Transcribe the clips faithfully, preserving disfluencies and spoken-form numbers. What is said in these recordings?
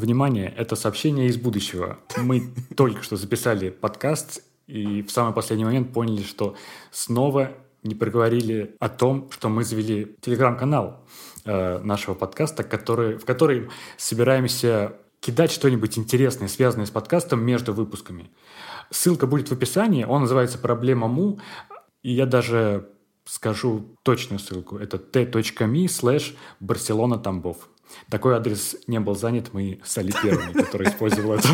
Внимание, это сообщение из будущего. Мы только что записали подкаст и в самый последний момент поняли, что снова не проговорили о том, что мы завели телеграм-канал э, нашего подкаста, который, в который собираемся кидать что-нибудь интересное, связанное с подкастом между выпусками. Ссылка будет в описании, он называется «Проблема Му», и я даже скажу точную ссылку. Это t.me slash Барселона Тамбов. Такой адрес не был занят, мы стали первыми, которые использовали это.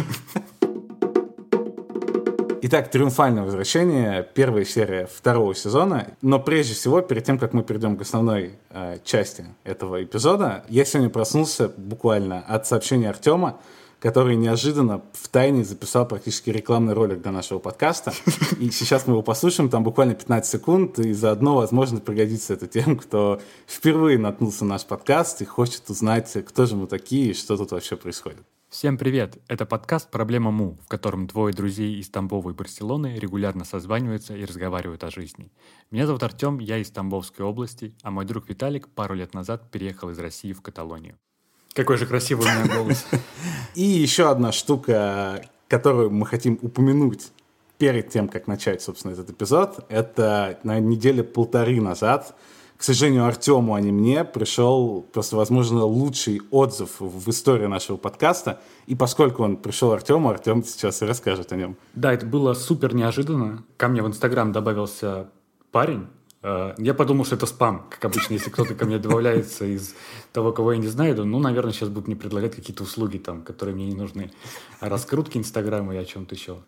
Итак, триумфальное возвращение, первая серия второго сезона. Но прежде всего, перед тем, как мы перейдем к основной э, части этого эпизода, я сегодня проснулся буквально от сообщения Артема, который неожиданно втайне записал практически рекламный ролик для нашего подкаста. И сейчас мы его послушаем, там буквально пятнадцать секунд, и заодно, возможно, пригодится это тем, кто впервые наткнулся на наш подкаст и хочет узнать, кто же мы такие и что тут вообще происходит. Всем привет! Это подкаст «Проблема Му», в котором двое друзей из Тамбова и Барселоны регулярно созваниваются и разговаривают о жизни. Меня зовут Артем, я из Тамбовской области, а мой друг Виталик пару лет назад переехал из России в Каталонию. Какой же красивый у меня голос. И еще одна штука, которую мы хотим упомянуть перед тем, как начать, собственно, этот эпизод, это на неделе полторы назад, к сожалению, Артему, а не мне, пришел просто, возможно, лучший отзыв в истории нашего подкаста. И поскольку он пришел Артему, Артем сейчас и расскажет о нем. Да, это было супер неожиданно. Ко мне в Инстаграм добавился парень. Я подумал, что это спам, как обычно, если кто-то ко мне добавляется из того, кого я не знаю, то, ну, наверное, сейчас будут мне предлагать какие-то услуги, там, которые мне не нужны. Раскрутки Инстаграма и о чем-то еще.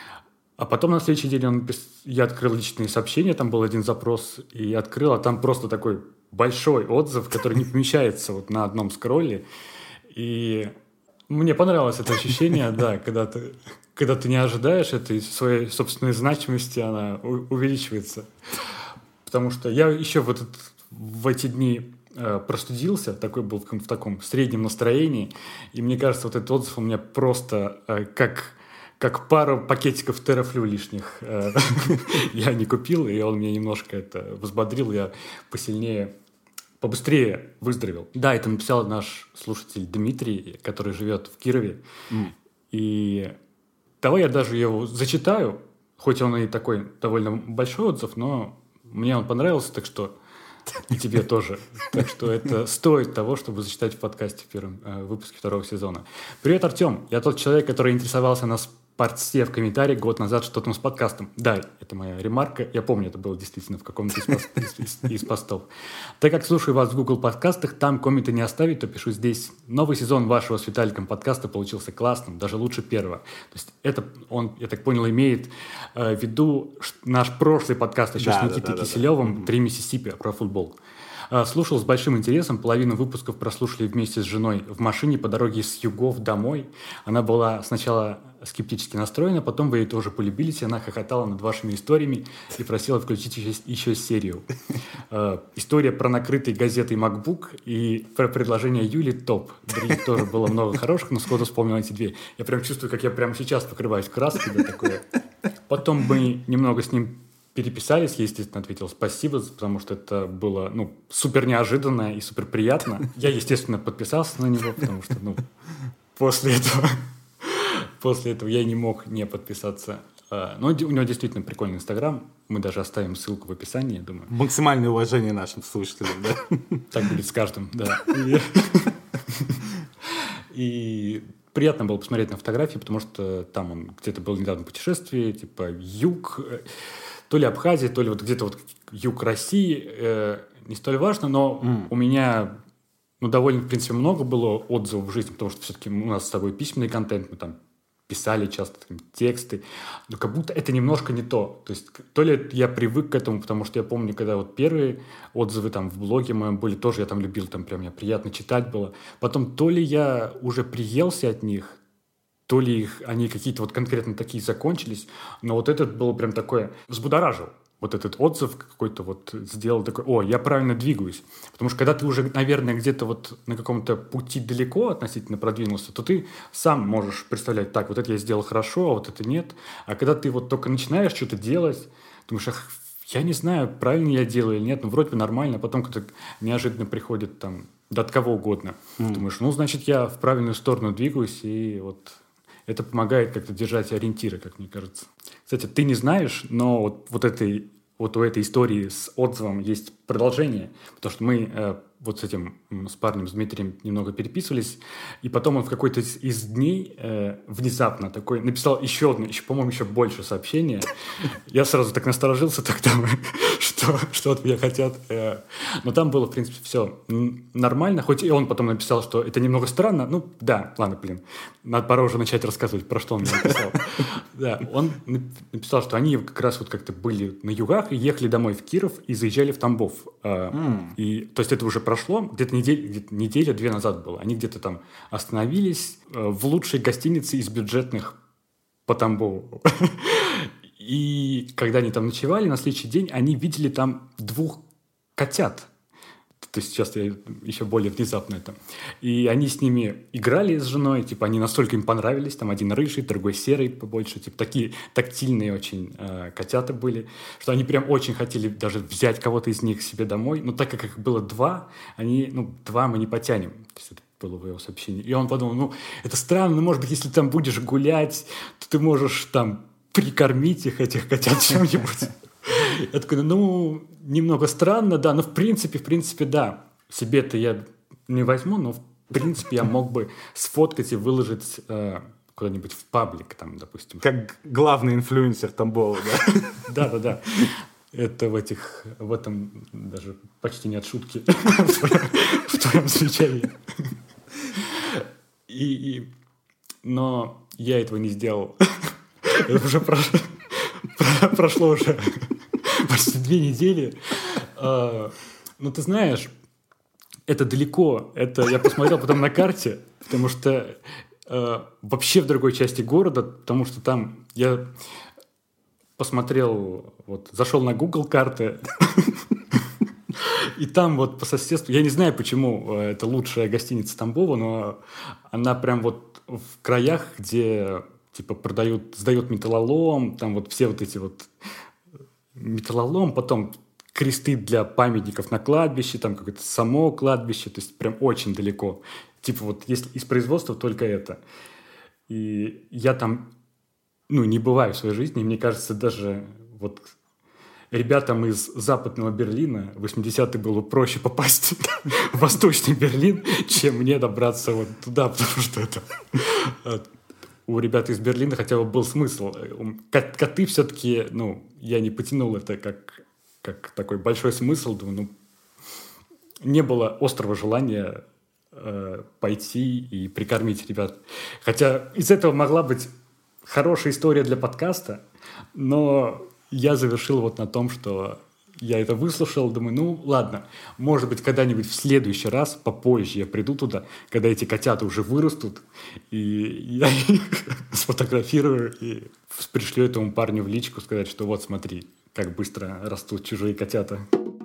А потом на следующий день он, я открыл личные сообщения, там был один запрос, и я открыл, а там просто такой большой отзыв, который не помещается вот на одном скролле. И мне понравилось это ощущение, да, когда ты, когда ты не ожидаешь этой своей собственной значимости, она увеличивается. Потому что я еще в, этот, в эти дни э, простудился, такой был в, в таком среднем настроении, и мне кажется, вот этот отзыв у меня просто э, как... как пару пакетиков Терафлю лишних э, я не купил, и он меня немножко это взбодрил, я посильнее, побыстрее выздоровел. Да, это написал наш слушатель Дмитрий, который живет в Кирове. Mm. И давай я даже его зачитаю, хоть он и такой довольно большой отзыв, но мне он понравился, так что и тебе тоже. Так что это стоит того, чтобы зачитать в подкасте в первом э, выпуске второго сезона. Привет, Артем. Я тот человек, который интересовался на спорте в комментариях год назад, что там с подкастом. Да, это моя ремарка. Я помню, это было действительно в каком-то из, пост, из, из, из постов. Так как слушаю вас в Google подкастах, там комменты не оставить, то пишу здесь. Новый сезон вашего с Виталиком подкаста получился классным, даже лучше первого. То есть это он, я так понял, имеет э, в виду наш прошлый подкаст еще да, с Никитой да, да, Киселевым да. «Три Миссисипи» про футбол. Слушал с большим интересом, половину выпусков прослушали вместе с женой в машине по дороге с югов домой. Она была сначала скептически настроена, потом вы ей тоже полюбились, она хохотала над вашими историями и просила включить еще, еще серию. История про накрытый газетой MacBook и про предложение Юли топ. Других тоже было много хороших, но сходу вспомнил эти две. Я прям чувствую, как я прямо сейчас покрываюсь краской. Да, такое. Потом мы немного с ним переписались, я, естественно, ответил спасибо, потому что это было, ну, супер неожиданно и супер приятно. Я, естественно, подписался на него, потому что, ну, после этого, после этого я не мог не подписаться. Но у него действительно прикольный Инстаграм. Мы даже оставим ссылку в описании, я думаю. Максимальное уважение нашим слушателям, да? Так будет с каждым, да. И приятно было посмотреть на фотографии, потому что там он где-то был недавно в путешествии, типа юг, то ли Абхазия, то ли вот где-то вот юг России, э, не столь важно, но mm. у меня, ну, довольно, в принципе, много было отзывов в жизни, потому что все-таки у нас с тобой письменный контент, мы там писали часто там, тексты, но как будто это немножко не то. То есть то ли я привык к этому, потому что я помню, когда вот первые отзывы там в блоге моем были, тоже я там любил, там прям мне приятно читать было. Потом то ли я уже приелся от них, то ли их, они какие-то вот конкретно такие закончились, но вот этот был прям такой, взбудоражил. Вот этот отзыв какой-то вот сделал такой, о, я правильно двигаюсь. Потому что когда ты уже, наверное, где-то вот на каком-то пути далеко относительно продвинулся, то ты сам можешь представлять, так, вот это я сделал хорошо, а вот это нет. А когда ты вот только начинаешь что-то делать, думаешь, ах, я не знаю, правильно я делаю или нет, ну, вроде бы нормально. Потом, когда неожиданно приходит там да от кого угодно. Mm. Думаешь, ну, значит, я в правильную сторону двигаюсь, и вот это помогает как-то держать ориентиры, как мне кажется. Кстати, ты не знаешь, но вот, вот, этой, вот у этой истории с отзывом есть продолжение, потому что мы э, вот с этим, с парнем, с Дмитрием немного переписывались, и потом он в какой-то из, из дней э, внезапно такой написал еще одно, еще, по-моему, еще больше сообщение. Я сразу так насторожился, так там, что, что от меня хотят. Э, но там было, в принципе, все нормально, хоть и он потом написал, что это немного странно. Ну, да, ладно, блин, надо пора уже начать рассказывать, про что он мне написал. Да, он написал, что они как раз вот как-то были на югах и ехали домой в Киров и заезжали в Тамбов. Mm. И, то есть это уже прошло, где-то неделя, где-то неделя-две назад было. Они где-то там остановились в лучшей гостинице из бюджетных по Тамбову. И когда они там ночевали, на следующий день они видели там двух котят. То есть сейчас я еще более внезапно это. И они с ними играли с женой, типа они настолько им понравились, там один рыжий, другой серый побольше, типа такие тактильные очень э, котята были, что они прям очень хотели даже взять кого-то из них себе домой, но так как их было два, они, ну, два мы не потянем. То есть это было в его сообщении. И он подумал, ну, это странно, но, может быть, если ты там будешь гулять, то ты можешь там прикормить их, этих котят, чем-нибудь. Я такой, ну, немного странно, да, но в принципе, в принципе, да. Себе-то я не возьму, но в принципе я мог бы сфоткать и выложить э, куда-нибудь в паблик, там, допустим. Как главный инфлюенсер Тамбова, да? Да-да-да. Это в этих, в этом даже почти нет шутки в твоем замечании. И, но я этого не сделал. Это уже прошло. Прошло уже почти две недели. А, ну, ты знаешь, это далеко. Это я посмотрел потом на карте, потому что а, вообще в другой части города, потому что там я посмотрел, вот, зашел на Google карты, и там вот по соседству, я не знаю, почему это лучшая гостиница Тамбова, но она прям вот в краях, где... типа продают, сдают металлолом, там вот все вот эти вот металлолом, потом кресты для памятников на кладбище, там какое-то само кладбище, то есть прям очень далеко. Типа вот если из производства только это. И я там, ну, не бываю в своей жизни, и мне кажется, даже вот ребятам из западного Берлина в восьмидесятые было проще попасть в восточный Берлин, чем мне добраться вот туда, потому что это... У ребят из Берлина хотя бы был смысл. Коты все-таки, ну, я не потянул это как, как такой большой смысл. Думаю, ну, не было острого желания э, пойти и прикормить ребят. Хотя из этого могла быть хорошая история для подкаста, но я завершил вот на том, что я это выслушал, думаю, ну, ладно, может быть, когда-нибудь в следующий раз, попозже я приду туда, когда эти котята уже вырастут, и я их сфотографирую и пришлю этому парню в личку сказать, что вот, смотри, как быстро растут чужие котята.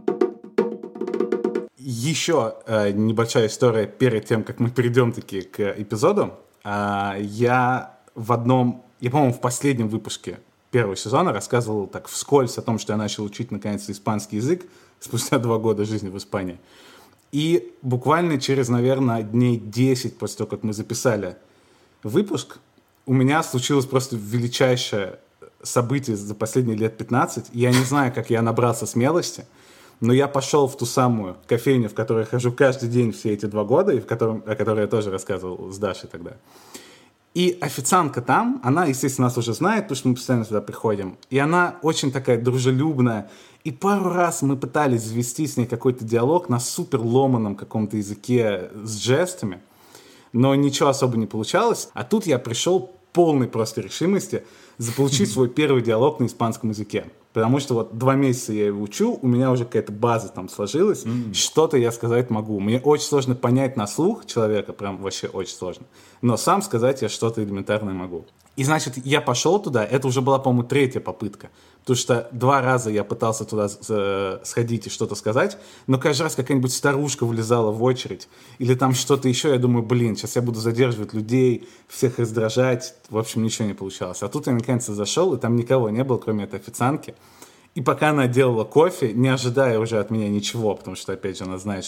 Еще э, небольшая история перед тем, как мы перейдем таки к эпизоду. Э, я в одном, я, по-моему, в последнем выпуске первого сезона рассказывал так вскользь о том, что я начал учить наконец-то испанский язык спустя два года жизни в Испании. И буквально через, наверное, дней десять после того, как мы записали выпуск, у меня случилось просто величайшее событие за последние лет пятнадцать. Я не знаю, как я набрался смелости, но я пошел в ту самую кофейню, в которой я хожу каждый день все эти два года, и в котором, о которой я тоже рассказывал с Дашей тогда. И официантка там, она, естественно, нас уже знает, потому что мы постоянно сюда приходим. И она очень такая дружелюбная. И пару раз мы пытались завести с ней какой-то диалог на супер ломаном каком-то языке с жестами. Но ничего особо не получалось. А тут я пришел полной просто решимости заполучить свой первый диалог на испанском языке. Потому что вот два месяца я его учу, у меня уже какая-то база там сложилась, mm. что-то я сказать могу. Мне очень сложно понять на слух человека, прям вообще очень сложно. Но сам сказать я что-то элементарное могу. И, значит, я пошел туда, это уже была, по-моему, третья попытка. Потому что два раза я пытался туда сходить и что-то сказать, но каждый раз какая-нибудь старушка влезала в очередь, или там что-то еще, я думаю, блин, сейчас я буду задерживать людей, всех раздражать. В общем, ничего не получалось. А тут я наконец-то зашел, и там никого не было, кроме этой официантки. И пока она делала кофе, не ожидая уже от меня ничего, потому что, опять же, она знает, что я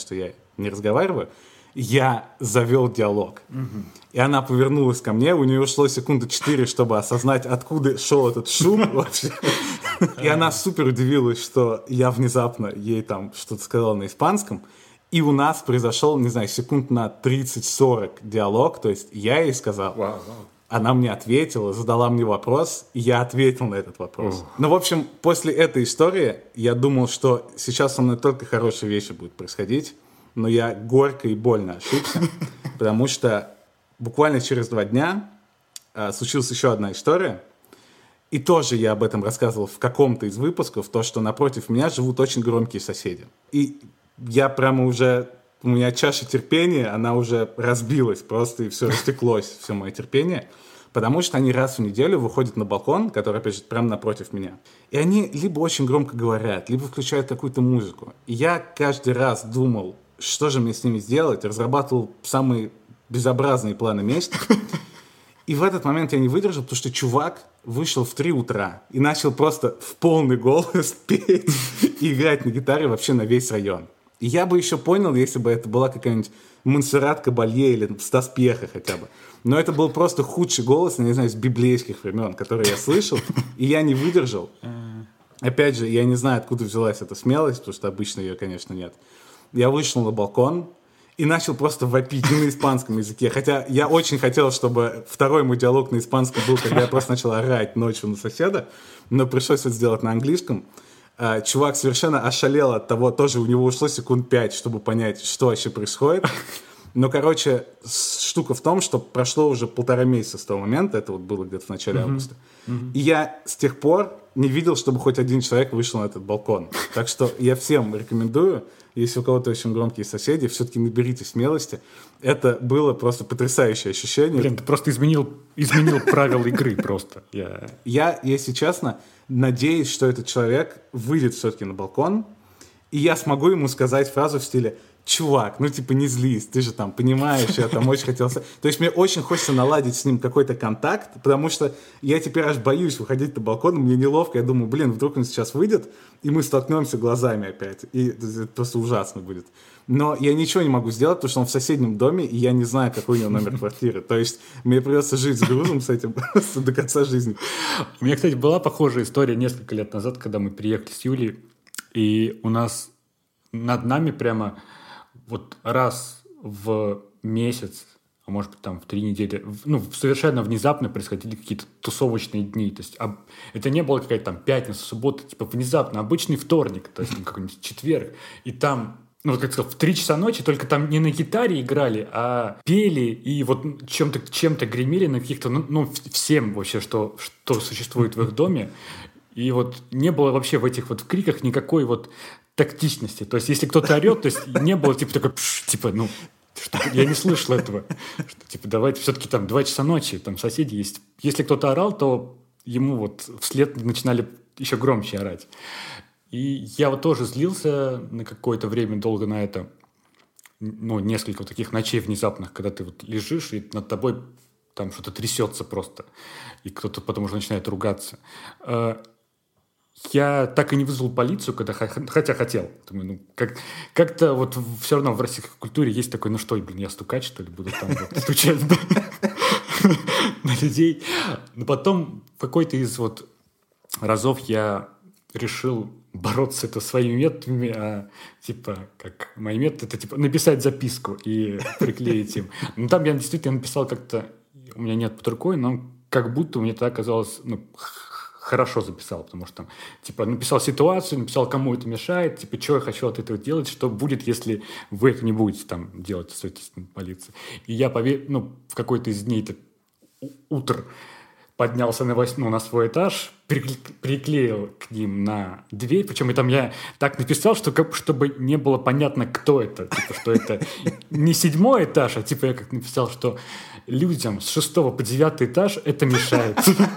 не разговариваю, я завел диалог. Угу. И она повернулась ко мне, у нее ушло секунды четыре, чтобы осознать, откуда шел этот шум вообще. И она супер удивилась, что я внезапно ей там что-то сказал на испанском. И у нас произошел, не знаю, секунд на тридцать-сорок диалог. То есть я ей сказал, wow, wow. Она мне ответила, задала мне вопрос, и я ответил на этот вопрос. Uh. Ну, в общем, после этой истории я думал, что сейчас со мной только хорошие вещи будут происходить. Но я горько и больно ошибся, потому что буквально через два дня а, случилась еще одна история. И тоже я об этом рассказывал в каком-то из выпусков, то, что напротив меня живут очень громкие соседи. И я прямо уже, у меня чаша терпения, она уже разбилась просто, и все растеклось, все мое терпение. Потому что они раз в неделю выходят на балкон, который, опять же, прямо напротив меня. И они либо очень громко говорят, либо включают какую-то музыку. И я каждый раз думал, что же мне с ними сделать, разрабатывал самые безобразные планы мести. И в этот момент я не выдержал, потому что чувак вышел в три утра и начал просто в полный голос петь и играть на гитаре вообще на весь район. И я бы еще понял, если бы это была какая-нибудь Монсеррат Кабалье или Стас Пьеха хотя бы. Но это был просто худший голос, я не знаю, с библейских времен, который я слышал, и я не выдержал. Опять же, я не знаю, откуда взялась эта смелость, потому что обычно ее, конечно, нет. Я вышел на балкон и начал просто вопить на испанском языке. Хотя я очень хотел, чтобы второй мой диалог на испанском был, когда я просто начал орать ночью на соседа, но пришлось это сделать на английском. Чувак совершенно ошалел от того, тоже у него ушло секунд пять, чтобы понять, что вообще происходит. Но, короче, штука в том, что прошло уже полтора месяца с того момента, это вот было где-то в начале mm-hmm. августа, mm-hmm. и я с тех пор не видел, чтобы хоть один человек вышел на этот балкон. Так что я всем рекомендую, если у кого-то очень громкие соседи, все-таки наберите смелости. Это было просто потрясающее ощущение. Блин, ты просто изменил, изменил правила игры просто. Я... я, если честно, надеюсь, что этот человек выйдет все-таки на балкон, и я смогу ему сказать фразу в стиле: чувак, ну типа не злись, ты же там понимаешь, я там очень хотел... То есть мне очень хочется наладить с ним какой-то контакт, потому что я теперь аж боюсь выходить на балкон, мне неловко, я думаю, блин, вдруг он сейчас выйдет, и мы столкнемся глазами опять, и это просто ужасно будет. Но я ничего не могу сделать, потому что он в соседнем доме, и я не знаю, какой у него номер квартиры. То есть мне придется жить с грузом с этим до конца жизни. У меня, кстати, была похожая история несколько лет назад, когда мы приехали с Юлей, и у нас над нами прямо... Вот раз в месяц, а может быть там в три недели, ну, совершенно внезапно происходили какие-то тусовочные дни. То есть об... это не было какая-то там пятница, суббота, типа внезапно, обычный вторник, то есть какой-нибудь четверг. И там, ну, как сказал, в три часа ночи только там не на гитаре играли, а пели и вот чем-то, чем-то гремели на каких-то, ну, ну, всем вообще, что, что существует в их доме. И вот не было вообще в этих вот криках никакой вот тактичности. То есть, если кто-то орет, то есть не было типа такой, пш, типа, ну, что, я не слышал этого. Что, типа, давайте все-таки там два часа ночи, там соседи есть. Если кто-то орал, то ему вот вслед начинали еще громче орать. И я вот тоже злился на какое-то время долго на это. Ну, несколько вот таких ночей внезапных, когда ты вот лежишь, и над тобой там что-то трясется просто. И кто-то потом уже начинает ругаться. Я так и не вызвал полицию, когда, хотя хотел. Думаю, ну, как, как-то вот все равно в российской культуре есть такой, ну что, блин, я стукач, что ли, буду там вот стучать на людей. Но потом в какой-то из вот разов я решил бороться это своими методами, а типа, как мои методы, это типа написать записку и приклеить им. Ну, там я действительно написал как-то, у меня нет под рукой, но как будто мне это оказалось, ну, хорошо записал, потому что там, типа, написал ситуацию, написал, кому это мешает, типа, что я хочу от этого делать, что будет, если вы это не будете там делать, соответственно, полиции. И я, пове... ну, в какой-то из дней это утро поднялся на, вось... ну, на свой этаж, прикле... приклеил к ним на дверь, причем и там я так написал, что как... чтобы не было понятно, кто это, типа, что это не седьмой этаж, а типа я как написал, что людям с шестого по девятый этаж это мешает.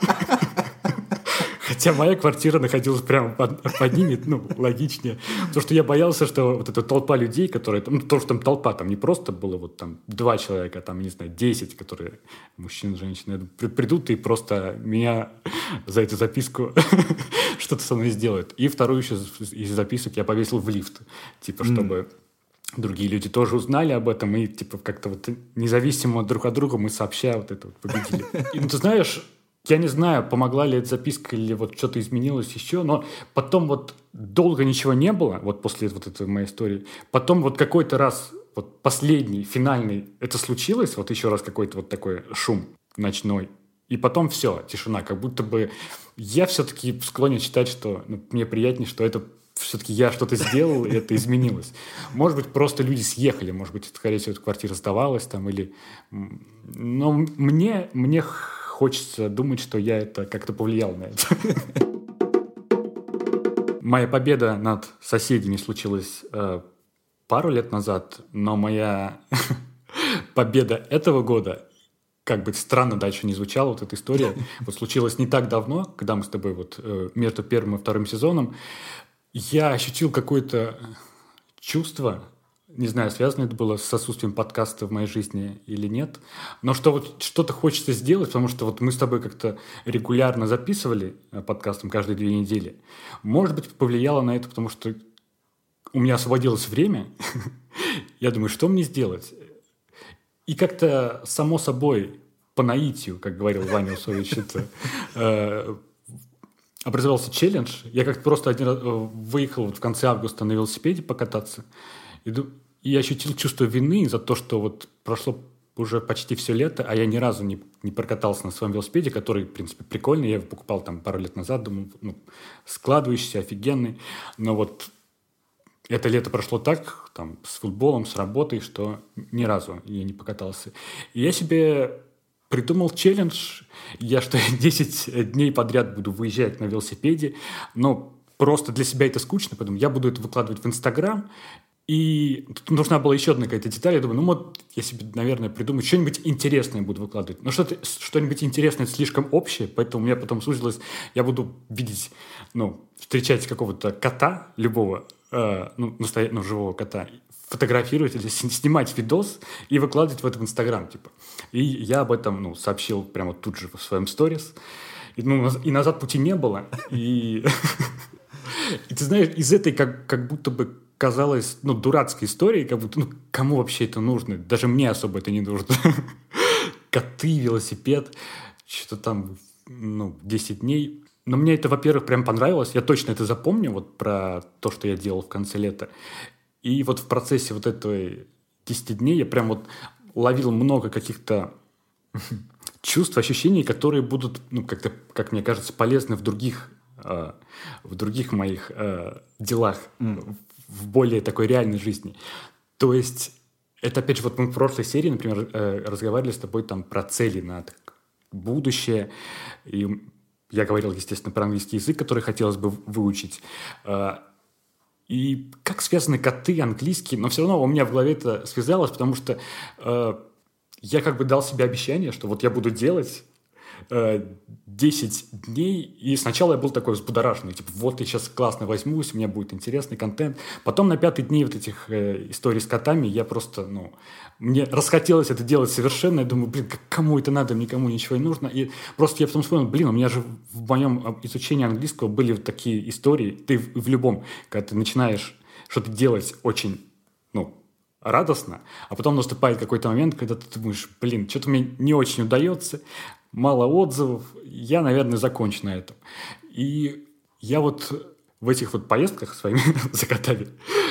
Хотя моя квартира находилась прямо под, под ними, ну, логичнее. Потому что я боялся, что вот эта толпа людей, которые... Ну, то, что там толпа, там не просто было вот там два человека, а там, не знаю, десять, которые, мужчины, женщины, придут и просто меня за эту записку что-то со мной сделают. И вторую еще из записок я повесил в лифт. Типа, чтобы... другие люди тоже узнали об этом, и типа как-то вот независимо друг от друга мы сообща вот это вот победили. И, ну, ты знаешь, я не знаю, помогла ли эта записка или вот что-то изменилось еще, но потом вот долго ничего не было, вот после вот этой моей истории. Потом вот какой-то раз, вот последний, финальный, это случилось, вот еще раз какой-то вот такой шум ночной. И потом все, тишина, как будто бы я все-таки склонен считать, что ну, мне приятнее, что это все-таки я что-то сделал, и это изменилось. Может быть, просто люди съехали, может быть, скорее всего, эта квартира сдавалась там, или... Но мне, мне хочется думать, что я это как-то повлиял на это. Моя победа над соседями случилась э, пару лет назад, но моя победа этого года, как бы странно дальше не звучала вот эта история, вот случилась не так давно, когда мы с тобой вот э, между первым и вторым сезоном, я ощутил какое-то чувство, не знаю, связано это было с отсутствием подкаста в моей жизни или нет, но что вот что-то хочется сделать, потому что вот мы с тобой как-то регулярно записывали подкастом каждые две недели. Может быть, повлияло на это, потому что у меня освободилось время. Я думаю, что мне сделать? И как-то само собой, по наитию, как говорил Ваня Усович, это... Э, образовался челлендж. Я как-то просто один раз выехал вот в конце августа на велосипеде покататься и, и ощутил чувство вины за то, что вот прошло уже почти все лето, а я ни разу не, не прокатался на своем велосипеде, который, в принципе, прикольный. Я его покупал там пару лет назад, думаю, ну, складывающийся, офигенный. Но вот это лето прошло так, там, с футболом, с работой, что ни разу я не покатался. И я себе... придумал челлендж, я что десять дней подряд буду выезжать на велосипеде, но просто для себя это скучно, поэтому я буду это выкладывать в Инстаграм, и тут нужна была еще одна какая-то деталь, я думаю, ну вот я себе, наверное, придумаю, что-нибудь интересное буду выкладывать, но что-то, что-нибудь интересное слишком общее, поэтому у меня потом сузилось, я буду видеть, ну, встречать какого-то кота, любого, э, ну, настоящего, ну, живого кота, фотографировать или снимать видос и выкладывать в это в Инстаграм, типа. И я об этом, ну, сообщил прямо тут же в своем сторис. И, ну, и назад пути не было. И, и ты знаешь, из этой как, как будто бы казалось, ну, дурацкой истории, как будто, ну, кому вообще это нужно? Даже мне особо это не нужно. Коты, велосипед, что-то там, ну, десять дней. Но мне это, во-первых, прям понравилось. Я точно это запомню, вот про то, что я делал в конце лета. И вот в процессе вот этой десяти дней я прям вот ловил много каких-то чувств, ощущений, которые будут, ну, как-то, как мне кажется, полезны в других, э, в других моих э, делах, mm. в более такой реальной жизни. То есть это, опять же, вот мы в прошлой серии, например, э, разговаривали с тобой там про цели на будущее, и я говорил, естественно, про английский язык, который хотелось бы выучить. Э, И как связаны коты, английский, но все равно у меня в голове это связалось, потому что э, я как бы дал себе обещание, что вот я буду делать э, десять дней, и сначала я был такой взбудораженный, типа вот я сейчас классно возьмусь, у меня будет интересный контент. Потом на пятый день вот этих э, историй с котами я просто, ну, мне расхотелось это делать совершенно, я думаю, блин, кому это надо, никому ничего не нужно. И просто я потом вспомнил, блин, у меня же в моем изучении английского были вот такие истории, ты в, в любом, когда ты начинаешь что-то делать очень, ну, радостно, а потом наступает какой-то момент, когда ты думаешь, блин, что-то мне не очень удается, мало отзывов, я, наверное, закончу на этом. И я вот в этих вот поездках своими за котами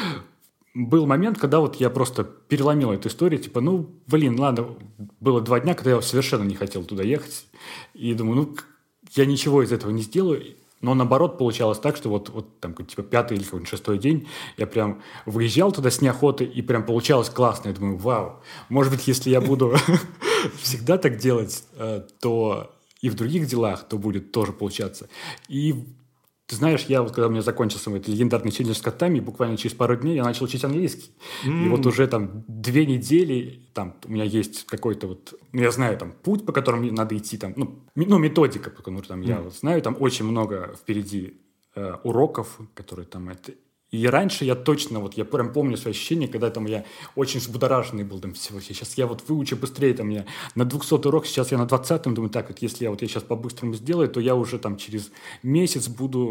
был момент, когда вот я просто переломил эту историю, типа, ну, блин, ладно, было два дня, когда я совершенно не хотел туда ехать, и думаю, ну, я ничего из этого не сделаю, но наоборот получалось так, что вот, вот там, типа, пятый или какой-нибудь шестой день я прям выезжал туда с неохотой, и прям получалось классно, я думаю, вау, может быть, если я буду всегда так делать, то и в других делах, то будет тоже получаться. И ты знаешь, я вот, когда у меня закончился мой легендарный челлендж с котами, буквально через пару дней я начал учить английский. Mm. И вот уже там две недели, там у меня есть какой-то вот, ну, я знаю там путь, по которому надо идти, там, ну, ну методика, потому что там mm. я вот знаю, там очень много впереди э, уроков, которые там это... И раньше я точно, вот я прям помню свои ощущения, когда там я очень взбудораженный был, там, всего, сейчас я вот выучу быстрее, там, я на двухсотый урок, сейчас я на двадцатом, думаю, так, вот если я вот я сейчас по-быстрому сделаю, то я уже там через месяц буду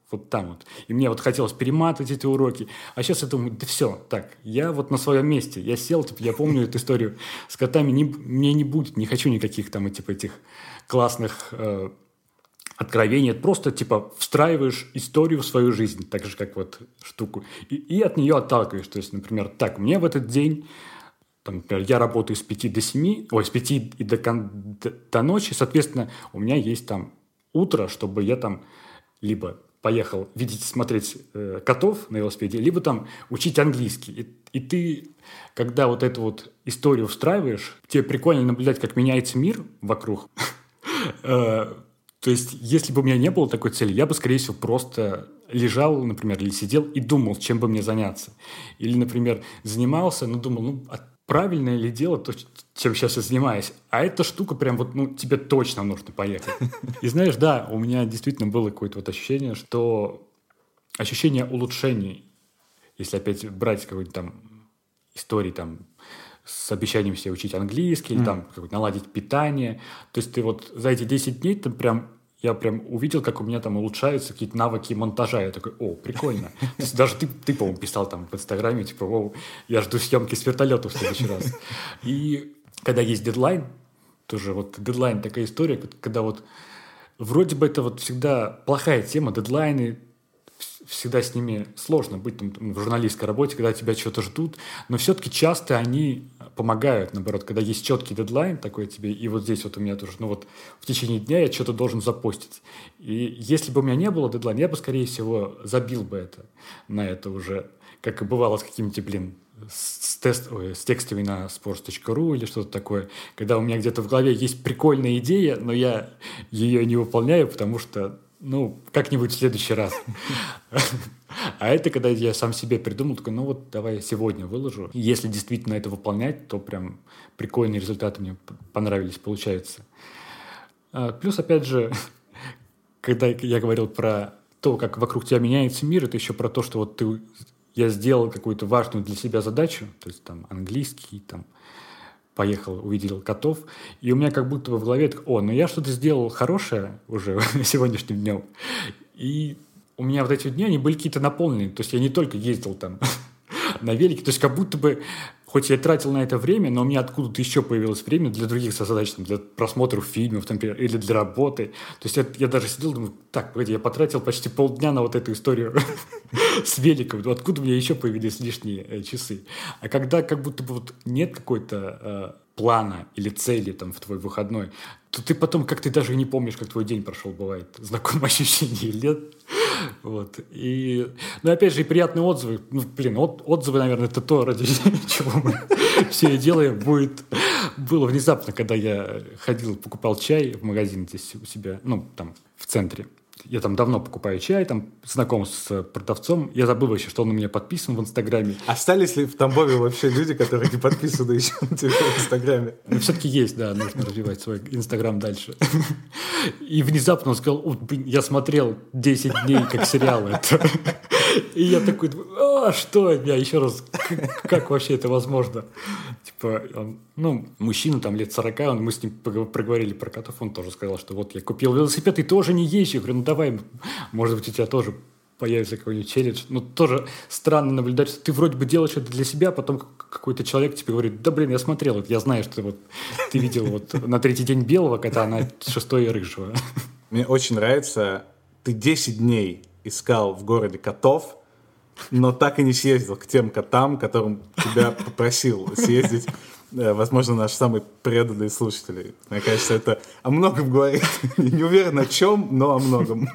вот там вот. И мне вот хотелось перематывать эти уроки. А сейчас я думаю, да все, так, я вот на своем месте. Я сел, типа, я помню эту историю с котами. Не, мне не будет, не хочу никаких там типа, этих классных э, откровений. Это просто, типа, встраиваешь историю в свою жизнь, так же, как вот штуку. И, и от нее отталкиваешь. То есть, например, так, мне в этот день... Там, например, я работаю с пяти до семи, ой, с пяти и до, до, до ночи, соответственно, у меня есть там утро, чтобы я там либо поехал видеть, смотреть э, котов на велосипеде, либо там учить английский. И, и ты, когда вот эту вот историю встраиваешь, тебе прикольно наблюдать, как меняется мир вокруг. То есть, если бы у меня не было такой цели, я бы, скорее всего, просто лежал, например, или сидел и думал, чем бы мне заняться. Или, например, занимался, но думал, ну, правильное ли дело то, чем сейчас я занимаюсь? А эта штука прям вот, ну, тебе точно нужно поехать. И знаешь, да, у меня действительно было какое-то вот ощущение, что ощущение улучшений, если опять брать какой-то там истории там с обещанием себе учить английский, или там наладить питание, то есть ты вот за эти десять дней ты прям я прям увидел, как у меня там улучшаются какие-то навыки монтажа. Я такой, о, прикольно. То есть даже ты, ты, по-моему, писал там в Инстаграме, типа, о, я жду съемки с вертолета в следующий раз. И когда есть дедлайн, тоже вот дедлайн такая история, когда вот вроде бы это вот всегда плохая тема, дедлайны, всегда с ними сложно быть там, в журналистской работе, когда тебя что-то ждут, но все-таки часто они помогают, наоборот, когда есть четкий дедлайн такой тебе, и вот здесь вот у меня тоже, ну вот в течение дня я что-то должен запостить. И если бы у меня не было дедлайна, я бы, скорее всего, забил бы это на это уже, как и бывало с какими-то, блин, с, тест, ой, с текстами на sports точка ру или что-то такое, когда у меня где-то в голове есть прикольная идея, но я ее не выполняю, потому что ну, как-нибудь в следующий раз. А это, когда я сам себе придумал, такой, ну вот, давай я сегодня выложу. И если действительно это выполнять, то прям прикольные результаты мне понравились, получаются. Плюс, опять же, когда я говорил про то, как вокруг тебя меняется мир, это еще про то, что вот ты, я сделал какую-то важную для себя задачу, то есть там английский, там, поехал, увидел котов, и у меня как будто бы в голове, о, ну я что-то сделал хорошее уже сегодняшним днем, и у меня вот эти дни, они были какие-то наполненные, то есть я не только ездил там на велике, то есть как будто бы, хоть я тратил на это время, но у меня откуда-то еще появилось время для других задач, там, для просмотра фильмов, например, или для работы. То есть я, я даже сидел, думаю, так, погоди, я потратил почти полдня на вот эту историю с великом, откуда у меня еще появились лишние часы. А когда как будто бы вот нет какой-то плана или цели там в твой выходной, то ты потом как ты даже и не помнишь, как твой день прошел, бывает. Знакомое ощущение или нет? Вот. И, ну, опять же, и приятные отзывы. Ну, блин, от, отзывы, наверное, это то, ради чего мы все и делаем. Будет... Было внезапно, когда я ходил, покупал чай в магазине здесь у себя, ну, там, в центре. Я там давно покупаю чай, там знаком с продавцом. Я забыл вообще, что он у меня подписан в Инстаграме. Остались ли в Тамбове вообще люди, которые не подписаны еще на тебя в Инстаграме? Ну, все-таки есть, да, нужно развивать свой Инстаграм дальше. И внезапно он сказал, блин, я смотрел десять дней как сериал это. И я такой, а что? Я еще раз, как, как вообще это возможно? Типа, он, ну, мужчина там лет сорока, он, мы с ним проговорили про котов, он тоже сказал, что вот я купил велосипед и тоже не езжу. Я говорю, ну давай, может быть, у тебя тоже появится какой-нибудь челлендж. Ну, тоже странно наблюдать, что ты вроде бы делаешь это для себя, потом какой-то человек тебе говорит, да, блин, я смотрел, я знаю, что вот ты видел вот на третий день белого кота, а на шестой рыжего. Мне очень нравится, ты десять дней искал в городе котов, но так и не съездил к тем котам, которым тебя попросил съездить, возможно, наши самые преданные слушатели. Мне кажется, это о многом говорит. Не уверен о чем, но о многом.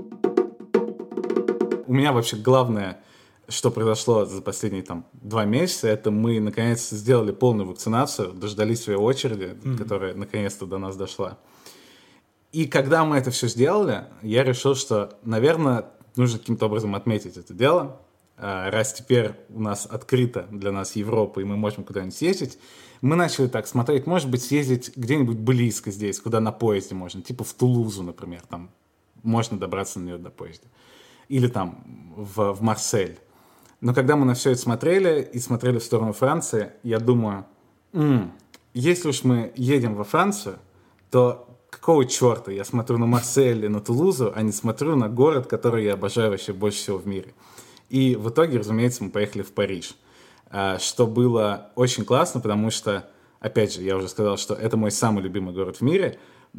У меня вообще главное, что произошло за последние там два месяца, это мы наконец сделали полную вакцинацию, дождались своей очереди, mm-hmm. которая наконец-то до нас дошла. И когда мы это все сделали, я решил, что, наверное, нужно каким-то образом отметить это дело. Раз теперь у нас открыта для нас Европа, и мы можем куда-нибудь съездить, мы начали так смотреть, может быть, съездить где-нибудь близко здесь, куда на поезде можно, типа в Тулузу, например, там можно добраться на нее до поезда. Или там в, в Марсель. Но когда мы на все это смотрели и смотрели в сторону Франции, я думаю, м-м, если уж мы едем во Францию, то какого черта я смотрю на Марсель или на Тулузу, а не смотрю на город, который я обожаю вообще больше всего в мире. И в итоге, разумеется, мы поехали в Париж, что было очень классно, потому что, опять же, я уже сказал, что это мой самый любимый город в мире,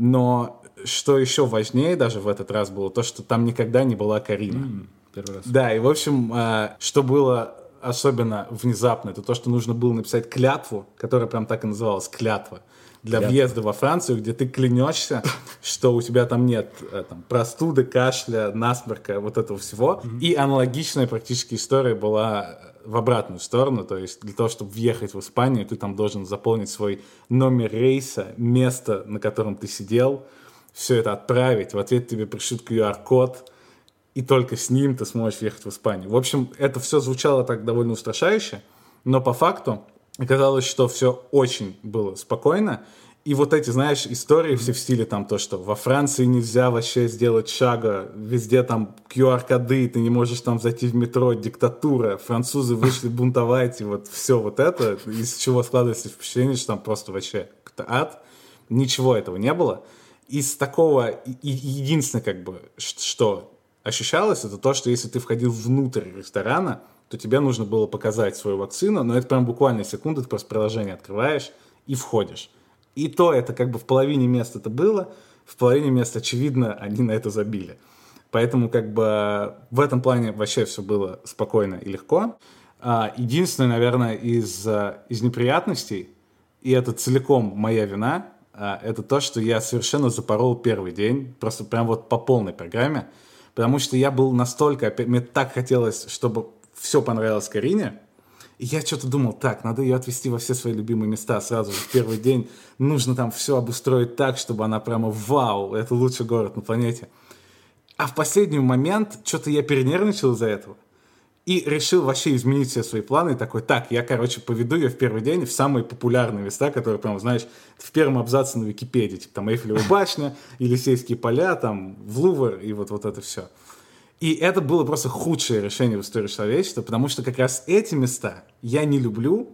но что еще важнее даже в этот раз было, то, что там никогда не была Карина. Mm, первый раз. Да, и, в общем, что было особенно внезапно, это то, что нужно было написать клятву, которая прям так и называлась, клятва, для Клятва. въезда во Францию, где ты клянешься, что у тебя там нет там, простуды, кашля, насморка, вот этого всего. Mm-hmm. И аналогичная практически история была в обратную сторону, то есть для того, чтобы въехать в Испанию, ты там должен заполнить свой номер рейса, место, на котором ты сидел, все это отправить, в ответ тебе пришлют ку ар-код, и только с ним ты сможешь въехать в Испанию. В общем, это все звучало так довольно устрашающе, но по факту оказалось, что все очень было спокойно. И вот эти, знаешь, истории все в стиле там то, что во Франции нельзя вообще сделать шага, везде там ку ар-коды, ты не можешь там зайти в метро, диктатура, французы вышли бунтовать, и вот все вот это, из чего складывается впечатление, что там просто вообще какой-то ад. Ничего этого не было. Из такого, и, единственное как бы, что ощущалось, это то, что если ты входил внутрь ресторана, то тебе нужно было показать свою вакцину, но это прям буквально секунды, ты просто приложение открываешь и входишь. И то это как бы в половине мест это было, в половине мест, очевидно, они на это забили. Поэтому как бы в этом плане вообще все было спокойно и легко. Единственное, наверное, из, из неприятностей, и это целиком моя вина, это то, что я совершенно запорол первый день, просто прям вот по полной программе, потому что я был настолько, мне так хотелось, чтобы все понравилось Карине, и я что-то думал, так, надо ее отвезти во все свои любимые места сразу же в первый день, нужно там все обустроить так, чтобы она прямо вау, это лучший город на планете. А в последний момент что-то я перенервничал из-за этого и решил вообще изменить все свои планы, и такой, так, я, короче, поведу ее в первый день в самые популярные места, которые, прям, знаешь, в первом абзаце на Википедии, типа там Эйфелева башня, Елисейские поля, там, в Лувр, и вот, вот это все. И это было просто худшее решение в истории человечества, потому что как раз эти места я не люблю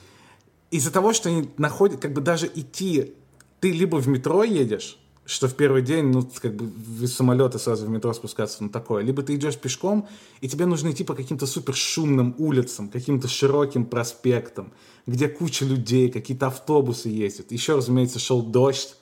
из-за того, что они находят, как бы даже идти, ты либо в метро едешь, что в первый день, ну, как бы из самолета сразу в метро спускаться, ну, такое, либо ты идешь пешком, и тебе нужно идти по каким-то супер шумным улицам, каким-то широким проспектам, где куча людей, какие-то автобусы ездят. Еще, разумеется, шел дождь,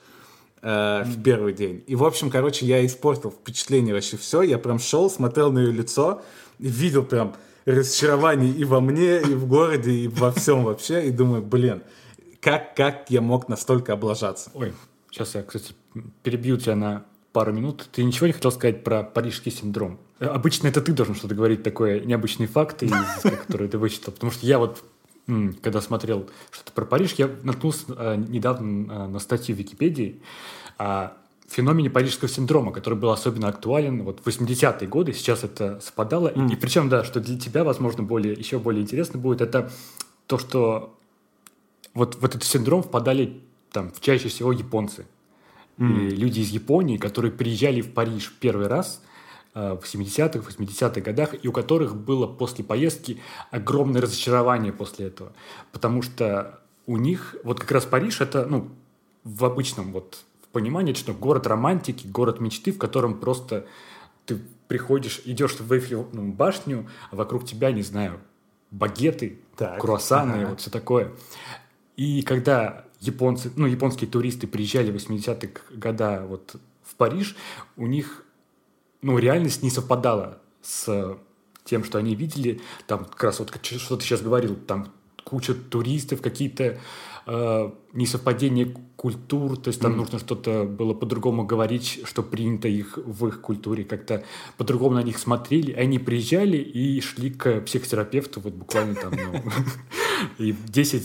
в первый день. И, в общем, короче, я испортил впечатление вообще все. Я прям шел, смотрел на ее лицо, и видел прям разочарование и во мне, и в городе, и во всем вообще. И думаю, блин, как, как я мог настолько облажаться? Ой, сейчас я, кстати, перебью тебя на пару минут. Ты ничего не хотел сказать про парижский синдром? Обычно это ты должен что-то говорить, такое необычный факт, который ты вычитал. Потому что я вот когда смотрел что-то про Париж, я наткнулся а, недавно а, на статью в Википедии о феномене парижского синдрома, который был особенно актуален вот в восьмидесятые годы, сейчас это совпадало. Mm. И, и причем, да, что для тебя, возможно, более, еще более интересно будет, это то, что вот в этот синдром впадали там чаще всего японцы. Mm. И люди из Японии, которые приезжали в Париж первый раз в семидесятых, восьмидесятых годах, и у которых было после поездки огромное разочарование после этого. Потому что у них, вот как раз Париж, это, ну, в обычном вот в понимании, это что город романтики, город мечты, в котором просто ты приходишь, идешь в Эйфелеву башню, а вокруг тебя, не знаю, багеты, так, круассаны, ага. вот все такое. И когда японцы, ну, японские туристы приезжали в восьмидесятых годах вот в Париж, у них ну, реальность не совпадала с тем, что они видели. Там как раз вот что ты сейчас говорил, там куча туристов, какие-то э, несовпадения культур, то есть там mm. нужно что-то было по-другому говорить, что принято их в их культуре, как-то по-другому на них смотрели. Они приезжали и шли к психотерапевту, вот буквально там, ну, и десять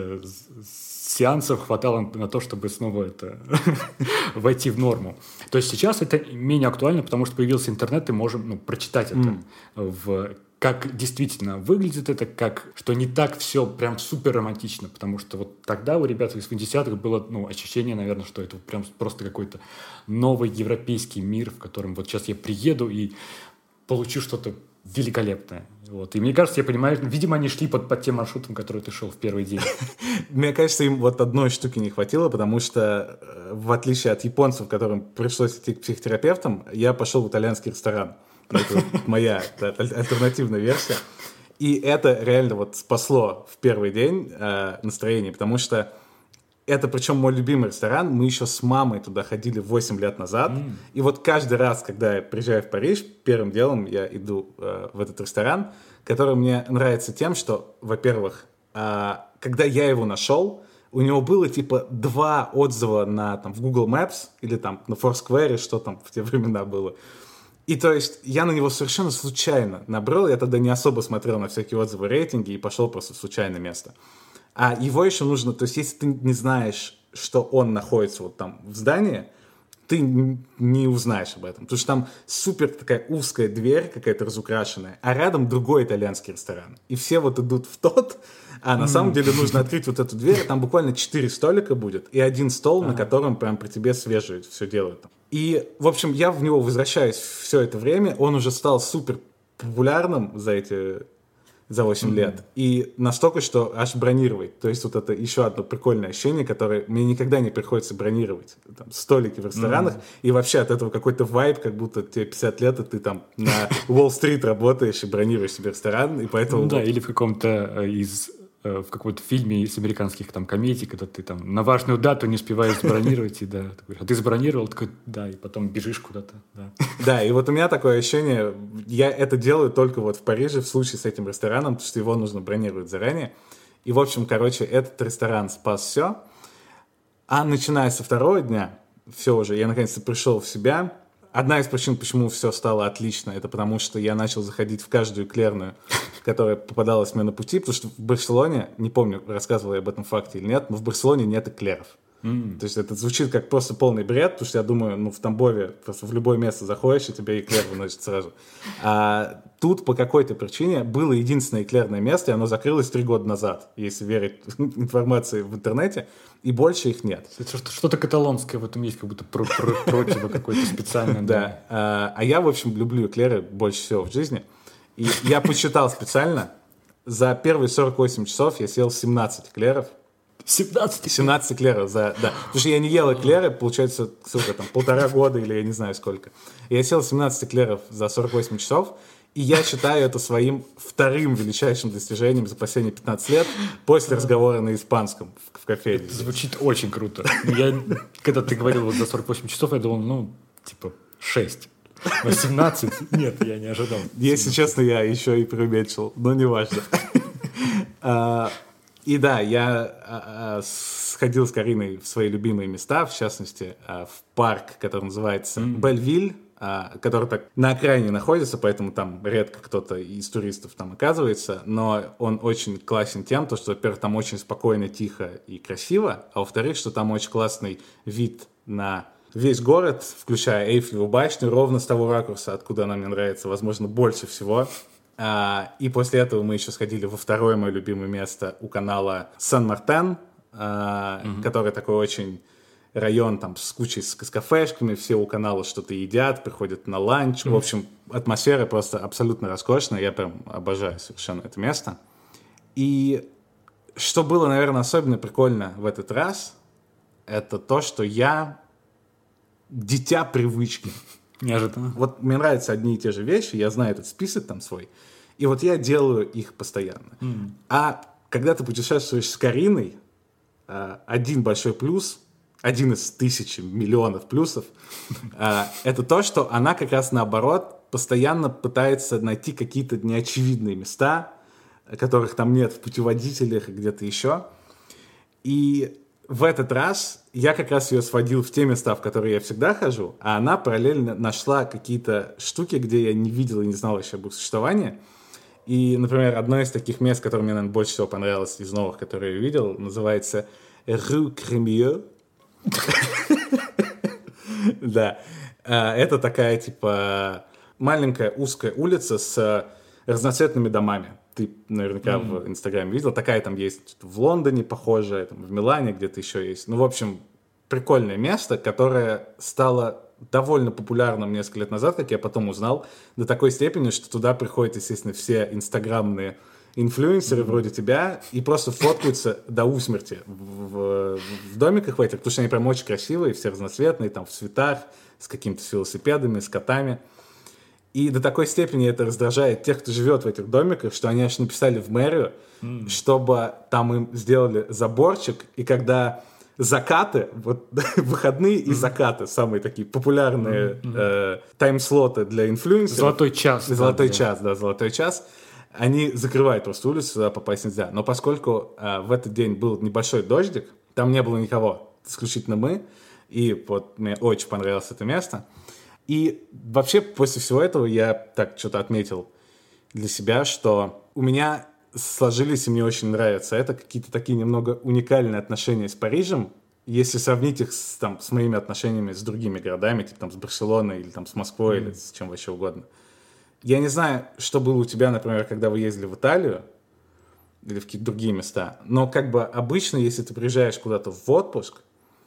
сеансов хватало на то, чтобы снова это войти в норму. То есть сейчас это менее актуально, потому что появился интернет, и можем ну, прочитать это, mm. в, как действительно выглядит это, как, что не так все прям супер романтично, потому что вот тогда у ребят из восьмидесятых было ну, ощущение, наверное, что это прям просто какой-то новый европейский мир, в котором вот сейчас я приеду и получу что-то великолепная. Вот. И мне кажется, я понимаю, видимо, они шли под, под тем маршрутом, который ты шел в первый день. Мне кажется, им вот одной штуки не хватило, потому что, в отличие от японцев, которым пришлось идти к психотерапевтам, я пошел в итальянский ресторан. Это моя альтернативная версия. И это реально вот спасло в первый день э, настроение, потому что это, причем, мой любимый ресторан. Мы еще с мамой туда ходили восемь лет назад. Mm. И вот каждый раз, когда я приезжаю в Париж, первым делом я иду э, в этот ресторан, который мне нравится тем, что, во-первых, э, когда я его нашел, у него было типа два отзыва на, там, в Google Maps или там на Foursquare, что там в те времена было. И то есть я на него совершенно случайно набрал. Я тогда не особо смотрел на всякие отзывы, рейтинги и пошел просто в случайное место. А его еще нужно, то есть если ты не знаешь, что он находится вот там в здании, ты не узнаешь об этом. Потому что там супер такая узкая дверь какая-то разукрашенная, а рядом другой итальянский ресторан. И все вот идут в тот, а на mm. самом деле нужно открыть вот эту дверь, там буквально четыре столика будет, и один стол, uh-huh. на котором прям при тебе свежее все делают. И, в общем, я в него возвращаюсь все это время, он уже стал супер популярным за эти... за восемь mm-hmm. лет. И настолько, что аж бронировать. То есть вот это еще одно прикольное ощущение, которое мне никогда не приходится бронировать. Там, столики в ресторанах. Mm-hmm. И вообще от этого какой-то вайб, как будто тебе пятьдесят лет, и ты там на Уолл-стрит работаешь и бронируешь себе ресторан. И поэтому... Ну да, или в каком-то из... в каком-то фильме из американских там комедий, когда ты там на важную дату не успеваешь забронировать, и да, ты говоришь, а ты забронировал? Такой, да, и потом бежишь куда-то, да. Да, и вот у меня такое ощущение, я это делаю только вот в Париже в случае с этим рестораном, потому что его нужно бронировать заранее. И, в общем, короче, этот ресторан спас все. А начиная со второго дня, все уже, я наконец-то пришел в себя. Одна из причин, почему все стало отлично, это потому что я начал заходить в каждую эклерную, которая попадалась мне на пути, потому что в Барселоне, не помню, рассказывал я об этом факте или нет, но в Барселоне нет эклеров. Mm. То есть это звучит как просто полный бред, потому что я думаю, ну в Тамбове просто в любое место заходишь, и тебе эклер выносят сразу. А тут по какой-то причине было единственное эклерное место, и оно закрылось три года назад, если верить информации в интернете, и больше их нет. Что-то каталонское в этом есть, как будто против какой-то специальной. Да, а я, в общем, люблю эклеры больше всего в жизни. И я посчитал специально, за первые сорок восемь часов я съел семнадцать эклеров. семнадцать? семнадцать эклеров, за, да. Потому что я не ел эклеры, получается, сколько там, полтора года или я не знаю сколько. Я съел семнадцать эклеров за сорок восемь часов, и я считаю это своим вторым величайшим достижением за последние пятнадцать лет после разговора на испанском в, в кофейне. Это звучит очень круто. Я, когда ты говорил вот за сорок восемь часов, я думал, ну, типа, шесть. восемнадцать? Нет, я не ожидал. Если честно, я еще и преуменьшил, но неважно. И да, я сходил с Кариной в свои любимые места, в частности, в парк, который называется Бельвиль, который так на окраине находится, поэтому там редко кто-то из туристов там оказывается, но он очень классен тем, что, во-первых, там очень спокойно, тихо и красиво, а во-вторых, что там очень классный вид на весь город, включая Эйфелеву башню, ровно с того ракурса, откуда она мне нравится, возможно, больше всего. А, и после этого мы еще сходили во второе мое любимое место у канала Сен-Мартен, а, mm-hmm. который такой очень район там с кучей с, с кафешками, все у канала что-то едят, приходят на ланч. Mm-hmm. В общем, атмосфера просто абсолютно роскошная, я прям обожаю совершенно это место. И что было, наверное, особенно прикольно в этот раз, это то, что я дитя привычки. Неожиданно. Вот мне нравятся одни и те же вещи, я знаю этот список там свой, и вот я делаю их постоянно. Mm. А когда ты путешествуешь с Кариной, один большой плюс, один из тысячи миллионов плюсов, это то, что она как раз наоборот постоянно пытается найти какие-то неочевидные места, которых там нет в путеводителях и где-то еще. И в этот раз я как раз ее сводил в те места, в которые я всегда хожу, а она параллельно нашла какие-то штуки, где я не видел и не знал вообще об их существовании. И, например, одно из таких мест, которое мне, наверное, больше всего понравилось из новых, которые я видел, называется Rue Crémieux. Да. Это такая, типа, маленькая узкая улица с разноцветными домами. Ты наверняка mm-hmm. в Инстаграме видел. Такая там есть в Лондоне похожая, там, в Милане где-то еще есть. Ну, в общем, прикольное место, которое стало довольно популярным несколько лет назад, как я потом узнал, до такой степени, что туда приходят, естественно, все инстаграмные инфлюенсеры mm-hmm. вроде тебя и просто фоткаются до усмерти в, в, в домиках в этих, потому что они прям очень красивые, все разноцветные, там в цветах, с какими-то велосипедами, с котами. И до такой степени это раздражает тех, кто живет в этих домиках, что они аж написали в мэрию, mm. чтобы там им сделали заборчик, и когда закаты, вот выходные mm. и закаты, самые такие популярные mm-hmm. э, тайм-слоты для инфлюенсеров. Золотой час. Золотой да, час, да, золотой час. Они закрывают просто улицу, сюда попасть нельзя. Но поскольку э, в этот день был небольшой дождик, там не было никого, исключительно мы, и вот мне очень понравилось это место. И вообще после всего этого я так что-то отметил для себя, что у меня сложились, и мне очень нравится это, какие-то такие немного уникальные отношения с Парижем, если сравнить их с, там, с моими отношениями с другими городами, типа там, с Барселоной или там, с Москвой, mm. или с чем вообще угодно. Я не знаю, что было у тебя, например, когда вы ездили в Италию или в какие-то другие места, но как бы обычно, если ты приезжаешь куда-то в отпуск,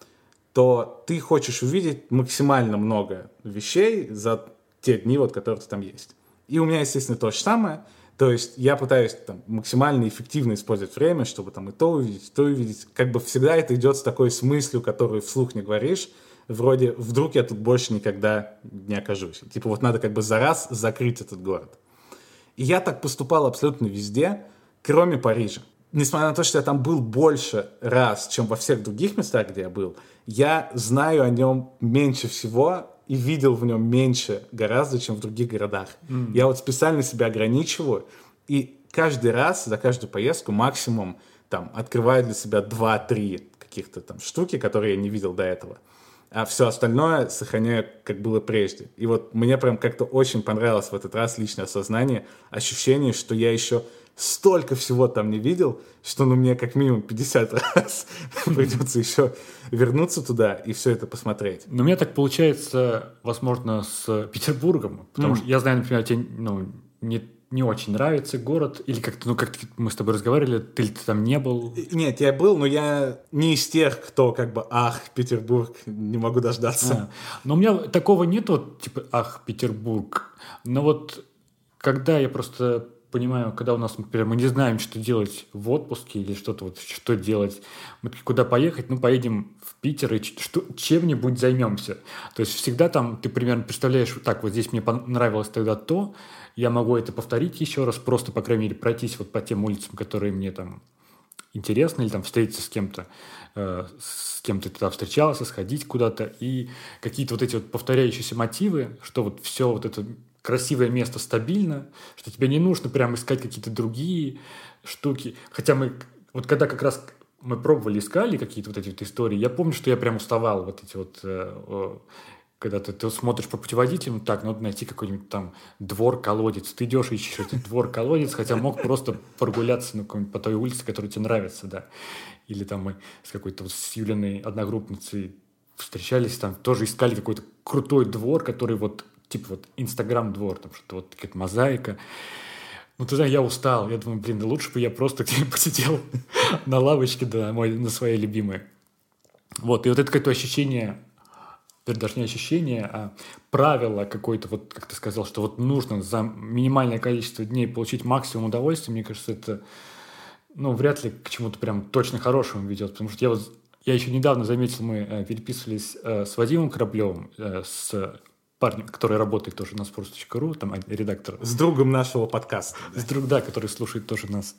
то ты хочешь увидеть максимально много вещей за те дни, вот, которые там есть. И у меня, естественно, то же самое. То есть я пытаюсь там, максимально эффективно использовать время, чтобы там и то увидеть, и то увидеть. Как бы всегда это идет с такой с мыслью, которую вслух не говоришь. Вроде, вдруг я тут больше никогда не окажусь. Типа вот надо как бы за раз закрыть этот город. И я так поступал абсолютно везде, кроме Парижа. Несмотря на то, что я там был больше раз, чем во всех других местах, где я был, я знаю о нем меньше всего и видел в нем меньше гораздо, чем в других городах. Mm. Я вот специально себя ограничиваю, и каждый раз за каждую поездку максимум там, открываю для себя два-три каких-то там штуки, которые я не видел до этого. А все остальное сохраняю, как было прежде. И вот мне прям как-то очень понравилось в этот раз личное осознание, ощущение, что я еще столько всего там не видел, что ну, мне как минимум пятьдесят раз придется еще вернуться туда и все это посмотреть. Но у меня так получается, возможно, с Петербургом, потому mm. что я знаю, например, тебе ну, не, не очень нравится город, или как-то, ну, как мы с тобой разговаривали, ты, ты там не был? Нет, я был, но я не из тех, кто как бы, ах, Петербург, не могу дождаться. А, но у меня такого нету, типа, ах, Петербург. Но вот когда я просто... понимаю, когда у нас, например, мы не знаем, что делать в отпуске или что-то вот, что делать, мы такие, куда поехать, ну, поедем в Питер и что, чем-нибудь займемся. То есть всегда там ты примерно представляешь, так, вот здесь мне понравилось тогда то, я могу это повторить еще раз, просто, по крайней мере, пройтись вот по тем улицам, которые мне там интересны, или там встретиться с кем-то, э, с кем ты тогда встречался, сходить куда-то, и какие-то вот эти вот повторяющиеся мотивы, что вот все вот это красивое место стабильно, что тебе не нужно прям искать какие-то другие штуки. Хотя мы, вот когда как раз мы пробовали, искали какие-то вот эти вот истории, я помню, что я прям уставал вот эти вот, э, когда ты, ты смотришь по путеводителям, так, надо найти какой-нибудь там двор-колодец. Ты идешь и ищешь этот двор-колодец, хотя мог просто прогуляться ну, по той улице, которая тебе нравится, да. Или там мы с какой-то вот с Юлиной одногруппницей встречались, там тоже искали какой-то крутой двор, который вот типа вот Инстаграм-двор, там что-то вот какая-то мозаика. Ну, ты знаешь, я устал. Я думаю, блин, да лучше бы я просто где-нибудь посидел на лавочке, да, мой, на своей любимой. Вот, и вот это какое-то ощущение, даже не ощущение, а правило какое-то, вот как ты сказал, что вот нужно за минимальное количество дней получить максимум удовольствия, мне кажется, это, ну, вряд ли к чему-то прям точно хорошему ведет, потому что я вот, я еще недавно заметил, мы э, переписывались э, с Вадимом Кораблевым, э, с парнем, который работает тоже на sports точка ру, там редактор. С другом нашего подкаста. С другом, да, который слушает тоже нас.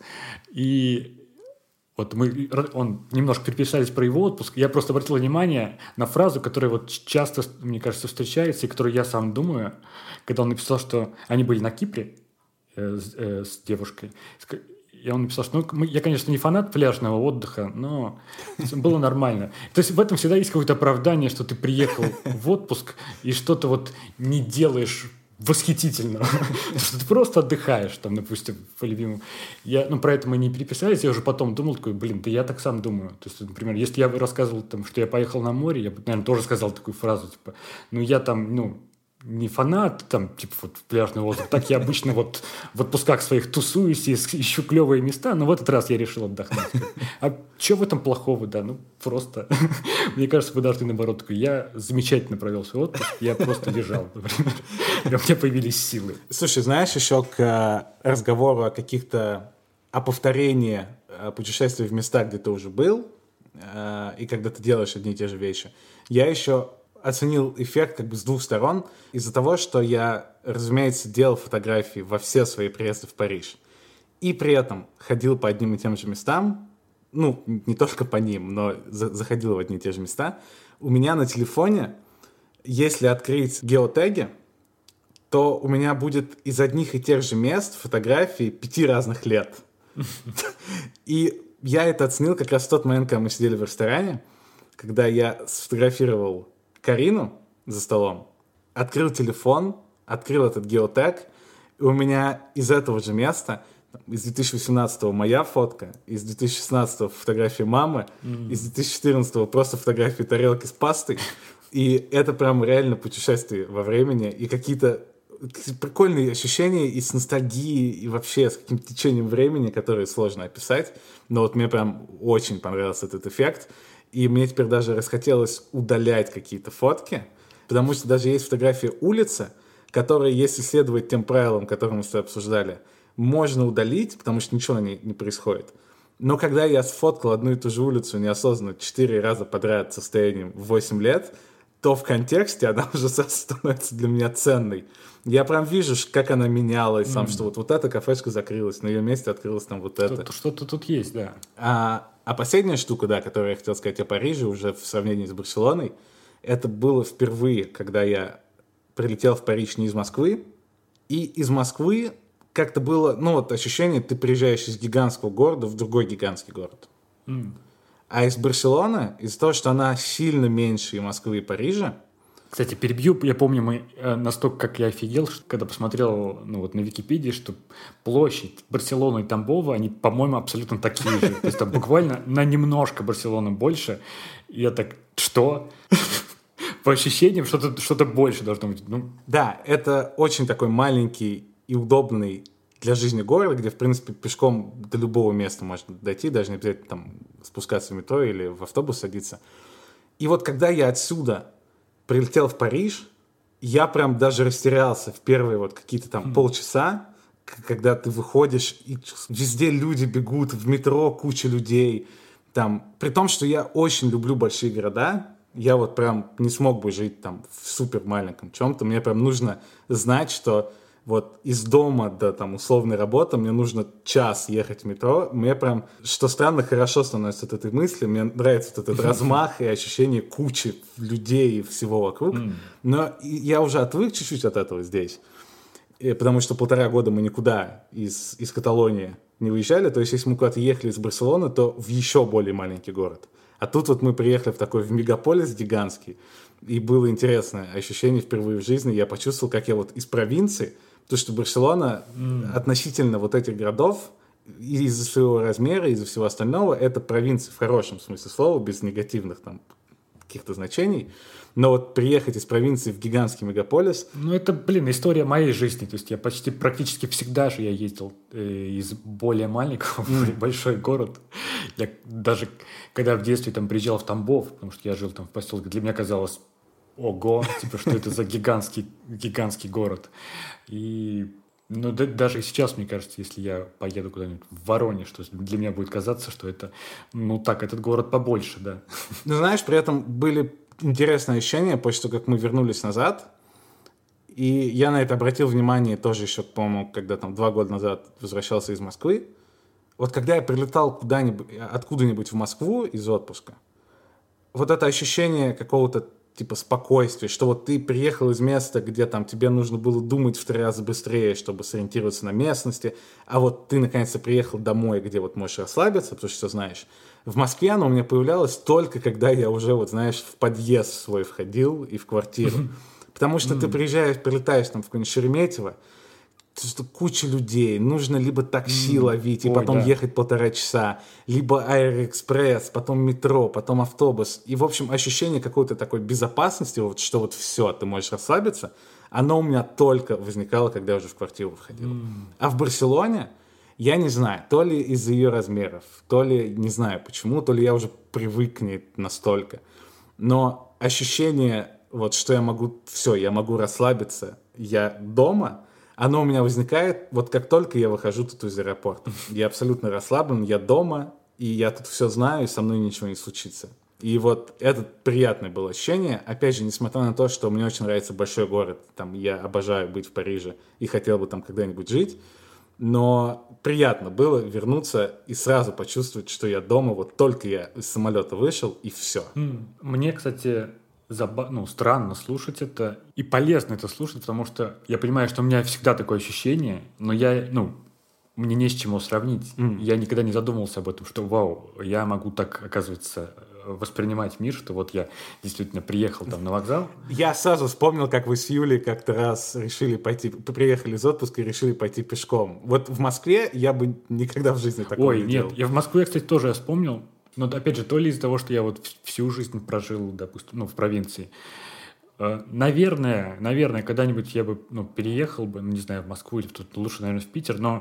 И вот мы, он немножко переписались про его отпуск. Я просто обратил внимание на фразу, которая вот часто, мне кажется, встречается, и которую я сам думаю, когда он написал, что они были на Кипре э, с, э, с девушкой. И он написал, что ну, я, конечно, не фанат пляжного отдыха, но было нормально. То есть в этом всегда есть какое-то оправдание, что ты приехал в отпуск и что-то вот не делаешь восхитительного. Что ты просто отдыхаешь, там, допустим, по любимому. Я, ну, про это мы не переписались, я уже потом думал, такой, блин, да я так сам думаю. То есть, например, если я бы рассказывал, там, что я поехал на море, я бы, наверное, тоже сказал такую фразу, типа, ну, я там, ну, не фанат, там, типа, вот пляжный воздух. Так я обычно вот в отпусках своих тусуюсь и ищу клевые места, но в этот раз я решил отдохнуть. А что в этом плохого, да? Ну, просто. Мне кажется, вы должны, наоборот, такой, я замечательно провел свой отпуск, я просто лежал, например. И у меня появились силы. Слушай, знаешь, еще к разговору о каких-то, о повторении путешествий в места, где ты уже был, и когда ты делаешь одни и те же вещи, я еще оценил эффект как бы с двух сторон из-за того, что я, разумеется, делал фотографии во все свои приезды в Париж. И при этом ходил по одним и тем же местам, ну, не только по ним, но за- заходил в одни и те же места. У меня на телефоне, если открыть геотеги, то у меня будет из одних и тех же мест фотографии пяти разных лет. И я это оценил как раз в тот момент, когда мы сидели в ресторане, когда я сфотографировал Карину за столом, открыл телефон, открыл этот геотег, и у меня из этого же места, из две тысячи восемнадцатого моя фотка, из две тысячи шестнадцатого фотографии мамы, mm-hmm. из две тысячи четырнадцатого просто фотографии тарелки с пастой. И это прям реально путешествие во времени, и какие-то прикольные ощущения и с ностальгией, и вообще с каким-то течением времени, которые сложно описать. Но вот мне прям очень понравился этот эффект. И мне теперь даже расхотелось удалять какие-то фотки, потому что даже есть фотография улицы, которые, если следовать тем правилам, которые мы с тобой обсуждали, можно удалить, потому что ничего на ней не происходит. Но когда я сфоткал одну и ту же улицу неосознанно четыре раза подряд с состоянием в восемь лет, то в контексте она уже становится для меня ценной. Я прям вижу, как она менялась, сам, mm. что вот, вот эта кафешка закрылась, на ее месте открылась там вот это. Что-то, что-то тут есть, да. А, а последняя штука, да, которую я хотел сказать о Париже уже в сравнении с Барселоной, это было впервые, когда я прилетел в Париж не из Москвы, и из Москвы как-то было, ну вот ощущение, ты приезжаешь из гигантского города в другой гигантский город. Mm. А из Барселоны, из-за того, что она сильно меньше и Москвы, и Парижа. Кстати, перебью, я помню, мы э, настолько, как я офигел, что, когда посмотрел ну, вот, на Википедии, что площадь Барселоны и Тамбова, они, по-моему, абсолютно такие же. То есть там буквально на немножко Барселоны больше. И я так, что? По ощущениям, что-то, что-то больше должно быть. Ну. Да, это очень такой маленький и удобный для жизни город, где, в принципе, пешком до любого места можно дойти, даже не обязательно там спускаться в метро или в автобус садиться. И вот когда я отсюда прилетел в Париж, я прям даже растерялся в первые вот какие-то там mm. полчаса, когда ты выходишь, и везде люди бегут, в метро куча людей. Там, при том, что я очень люблю большие города, я вот прям не смог бы жить там в супер маленьком чем-то. Мне прям нужно знать, что вот из дома до там условной работы мне нужно час ехать в метро. Мне прям, что странно, хорошо становится от этой мысли. Мне нравится вот этот размах и ощущение кучи людей и всего вокруг. Mm. Но я уже отвык чуть-чуть от этого здесь. И потому что полтора года мы никуда из, из Каталонии не выезжали. То есть, если мы куда-то ехали из Барселоны, то в еще более маленький город. А тут вот мы приехали в такой в мегаполис гигантский. И было интересное ощущение впервые в жизни. Я почувствовал, как я вот из провинции. Потому что Барселона mm. относительно вот этих городов из-за своего размера, из-за всего остального, это провинция в хорошем смысле слова, без негативных там каких-то значений. Но вот приехать из провинции в гигантский мегаполис... Ну, это, блин, история моей жизни. То есть я почти практически всегда же я ездил э, из более маленького mm. в большой город. Я даже, когда в детстве там приезжал в Тамбов, потому что я жил там в поселке, для меня казалось... Ого, типа, что это за гигантский, гигантский город. И ну, да, даже сейчас, мне кажется, если я поеду куда-нибудь в Воронеж, что для меня будет казаться, что это, ну так, этот город побольше, да. Ну, знаешь, при этом были интересные ощущения после того, как мы вернулись назад. И я на это обратил внимание тоже еще, по-моему, когда там два года назад возвращался из Москвы. Вот когда я прилетал куда-нибудь, откуда-нибудь в Москву из отпуска, вот это ощущение какого-то типа спокойствие, что вот ты приехал из места, где там тебе нужно было думать в три раза быстрее, чтобы сориентироваться на местности, а вот ты наконец-то приехал домой, где вот можешь расслабиться, потому что, знаешь, в Москве оно у меня появлялось только когда я уже, вот знаешь, в подъезд свой входил и в квартиру. Потому что ты приезжаешь, прилетаешь там в какое-нибудь Шереметьево, что куча людей, нужно либо такси mm. ловить и Ой, потом да. ехать полтора часа, либо аэроэкспресс, потом метро, потом автобус. И, в общем, ощущение какой-то такой безопасности, вот, что вот все, ты можешь расслабиться, оно у меня только возникало, когда я уже в квартиру входил. Mm. А в Барселоне, я не знаю, то ли из-за ее размеров, то ли, не знаю почему, то ли я уже привык к ней настолько. Но ощущение, вот, что я могу, все, я могу расслабиться, я дома, оно у меня возникает, вот как только я выхожу тут из аэропорта. Я абсолютно расслаблен, я дома, и я тут все знаю, и со мной ничего не случится. И вот это приятное было ощущение. Опять же, несмотря на то, что мне очень нравится большой город, там, я обожаю быть в Париже и хотел бы там когда-нибудь жить, но приятно было вернуться и сразу почувствовать, что я дома, вот только я из самолета вышел, и все. Мне, кстати, заба... ну, странно слушать это, и полезно это слушать, потому что я понимаю, что у меня всегда такое ощущение, но я, ну, мне не с чем его сравнить. Mm. Я никогда не задумывался об этом, что, вау, я могу так, оказывается, воспринимать мир, что вот я действительно приехал там на вокзал. Я сразу вспомнил, как вы с Юлей как-то раз решили пойти, приехали из отпуска и решили пойти пешком. Вот в Москве я бы никогда в жизни такого Ой, не делал. Ой, нет, я в Москве, кстати, тоже я вспомнил, но опять же, то ли из-за того, что я вот всю жизнь прожил, допустим, ну, в провинции. Наверное, наверное, когда-нибудь я бы, ну, переехал бы, ну, не знаю, в Москву или тут лучше, наверное, в Питер, но,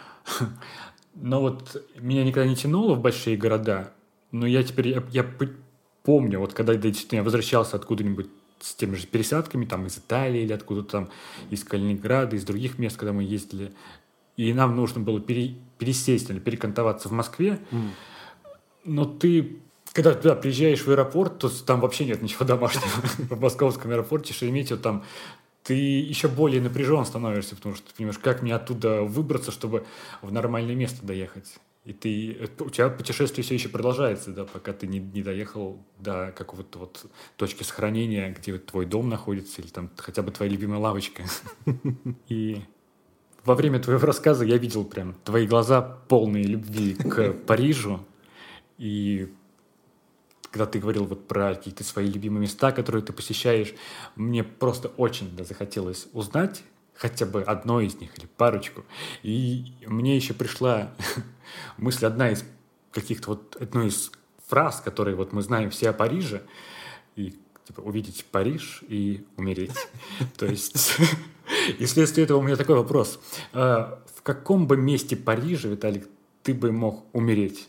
но вот меня никогда не тянуло в большие города. Но я теперь, я, я помню, вот когда я действительно возвращался откуда-нибудь с теми же пересадками, там, из Италии или откуда-то там, из Калининграда, из других мест, когда мы ездили, и нам нужно было пере, пересесть или перекантоваться в Москве, mm. но ты, когда туда приезжаешь в аэропорт, то там вообще нет ничего домашнего. В московском аэропорте Шереметьево там ты еще более напряжен становишься, потому что ты понимаешь, как мне оттуда выбраться, чтобы в нормальное место доехать. И ты, у тебя путешествие все еще продолжается, да, пока ты не, не доехал до какого-то вот точки сохранения, где вот твой дом находится, или там хотя бы твоя любимая лавочка. И во время твоего рассказа я видел прям твои глаза полные любви к Парижу. И когда ты говорил вот про какие-то свои любимые места, которые ты посещаешь, мне просто очень да, захотелось узнать хотя бы одно из них или парочку. И мне еще пришла мысль, одна из каких-то вот, одной из фраз, которые вот мы знаем все о Париже, и типа увидеть Париж и умереть. То есть, и вследствие этого у меня такой вопрос. В каком бы месте Парижа, Виталик, ты бы мог умереть?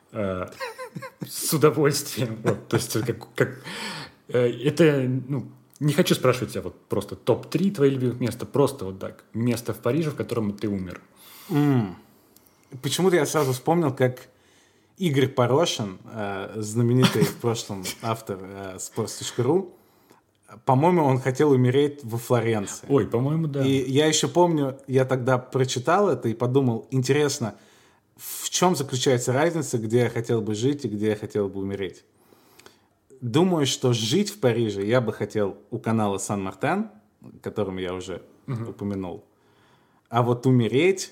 С удовольствием. Вот, то есть, как, как, это, ну, не хочу спрашивать тебя вот просто топ три твоих любимых места, просто вот так, место в Париже, в котором ты умер. Mm. Почему-то я сразу вспомнил, как Игорь Порошин, э, знаменитый в прошлом автор э, sports точка ru, по-моему, он хотел умереть во Флоренции. Ой, по-моему, да. И я еще помню, я тогда прочитал это и подумал, интересно, в чем заключается разница, где я хотел бы жить и где я хотел бы умереть. Думаю, что жить в Париже я бы хотел у канала Сан-Мартен, о котором я уже uh-huh. упомянул. А вот умереть,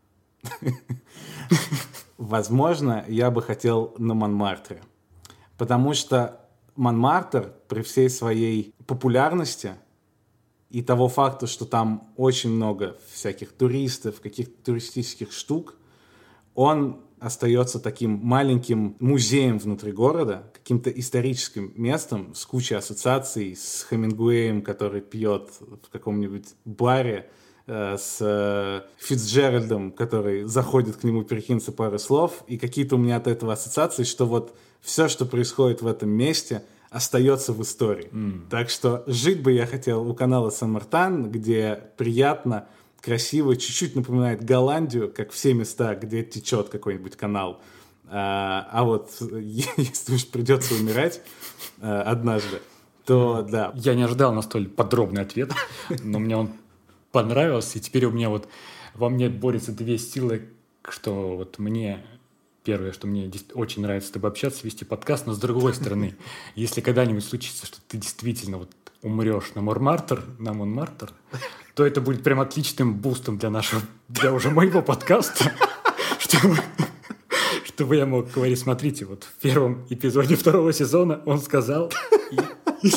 возможно, я бы хотел на Монмартре. Потому что Монмартр при всей своей популярности и того факта, что там очень много всяких туристов, каких-то туристических штук, он остается таким маленьким музеем внутри города, каким-то историческим местом с кучей ассоциаций, с Хемингуэем, который пьет в каком-нибудь баре, э, с э, Фицджеральдом, который заходит к нему перекинуться пару слов, и какие-то у меня от этого ассоциации, что вот все, что происходит в этом месте, остается в истории. Mm. Так что жить бы я хотел у канала Сан-Мартен, где приятно, красиво, чуть-чуть напоминает Голландию, как все места, где течет какой-нибудь канал. А, а вот если уж придется умирать а, однажды, то да. Я не ожидал на столь подробный ответ, но мне он понравился, и теперь у меня вот во мне борются две силы, что вот мне... Первое, что мне очень нравится с тобой общаться, вести подкаст, но с другой стороны, если когда-нибудь случится, что ты действительно вот умрешь на Монмартр, на Монмартр, то это будет прям отличным бустом для нашего, для уже моего подкаста, чтобы, чтобы я мог говорить, смотрите, вот в первом эпизоде второго сезона он сказал, и, и,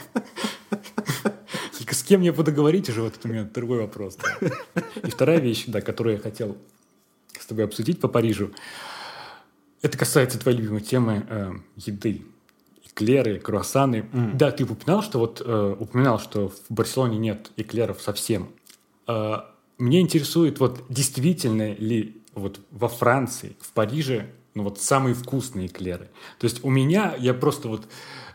только с кем я буду говорить уже, вот это у меня другой вопрос. Да. И вторая вещь, да, которую я хотел с тобой обсудить по Парижу, это касается твоей любимой темы э, еды. эклеры, круассаны. Mm. Да, ты упоминал, что вот э, упоминал, что в Барселоне нет эклеров совсем. Э, мне интересует, вот действительно ли вот во Франции, в Париже, ну вот самые вкусные эклеры. То есть у меня, я просто вот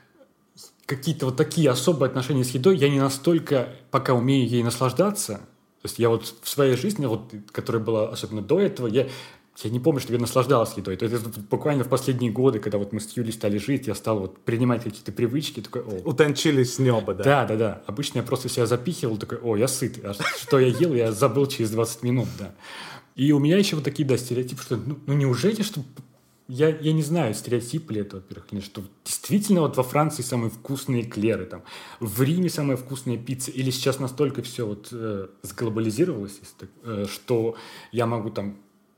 какие-то вот такие особые отношения с едой, я не настолько пока умею ей наслаждаться. То есть я вот в своей жизни, вот, которая была особенно до этого, я Я не помню, что я наслаждалась едой. То есть это буквально в последние годы, когда вот мы с Юлей стали жить, я стал вот принимать какие-то привычки. Такой, о. Утончились с неба, да? Да, да, да. Обычно я просто себя запихивал, такой, о, я сыт. А что я ел, я забыл через двадцать минут, да. И у меня еще вот такие, да, стереотипы, что ну, ну неужели, что... Я, я не знаю, стереотипы ли это, во-первых, или что действительно вот во Франции самые вкусные эклеры, там, в Риме самая вкусная пицца, или сейчас настолько все вот э, сглобализировалось, э, что я могу там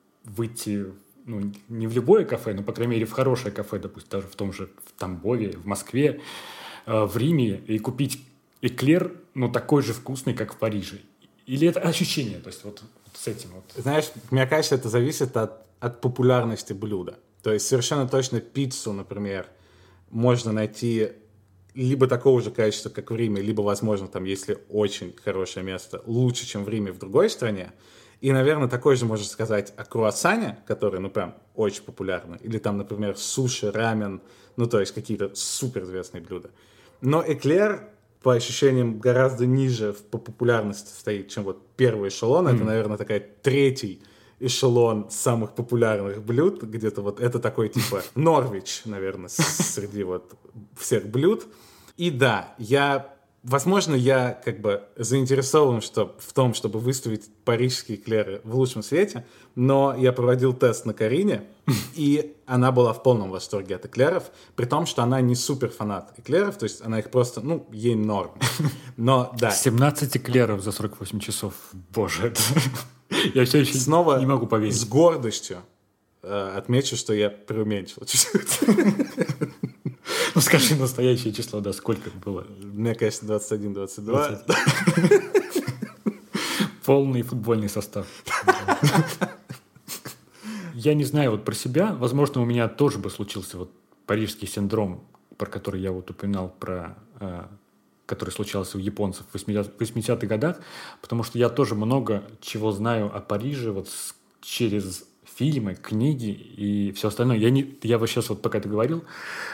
выйти, ну, не в любое кафе, но, по крайней мере, в хорошее кафе, допустим, даже в том же в Тамбове, в Москве, э, в Риме, и купить эклер, ну, такой же вкусный, как в Париже. Или это ощущение, то есть вот, вот с этим вот. Знаешь, мне кажется, это зависит от, от популярности блюда. То есть совершенно точно пиццу, например, можно найти либо такого же качества, как в Риме, либо, возможно, там, если очень хорошее место, лучше, чем в Риме в другой стране. И, наверное, такое же можно сказать о круассане, который, ну, прям очень популярный. Или там, например, суши, рамен, ну, то есть какие-то суперизвестные блюда. Но эклер, по ощущениям, гораздо ниже по популярности стоит, чем вот первый эшелон. Mm. Это, наверное, такая третий эшелон самых популярных блюд. Где-то вот это такой типа Норвич, наверное, среди вот всех блюд. И да, я... Возможно, я как бы заинтересован что, в том, чтобы выставить парижские эклеры в лучшем свете, но я проводил тест на Карине, и она была в полном восторге от эклеров, при том, что она не супер фанат эклеров, то есть она их просто, ну, ей норм. Но да. семнадцать эклеров за сорок восемь часов. Боже, это... я все еще Снова не могу поверить. С гордостью э, отмечу, что я преуменьшил чуть-чуть. Ну, скажи настоящее число, да, сколько было? Мне, конечно, двадцать один двадцать два. Полный футбольный состав. Я не знаю вот про себя. Возможно, у меня тоже бы случился вот парижский синдром, про который я вот упоминал, про, э, который случался у японцев в восьмидесятых годах, потому что я тоже много чего знаю о Париже вот с, через фильмы, книги и все остальное. Я, не, я вот сейчас вот, пока ты говорил,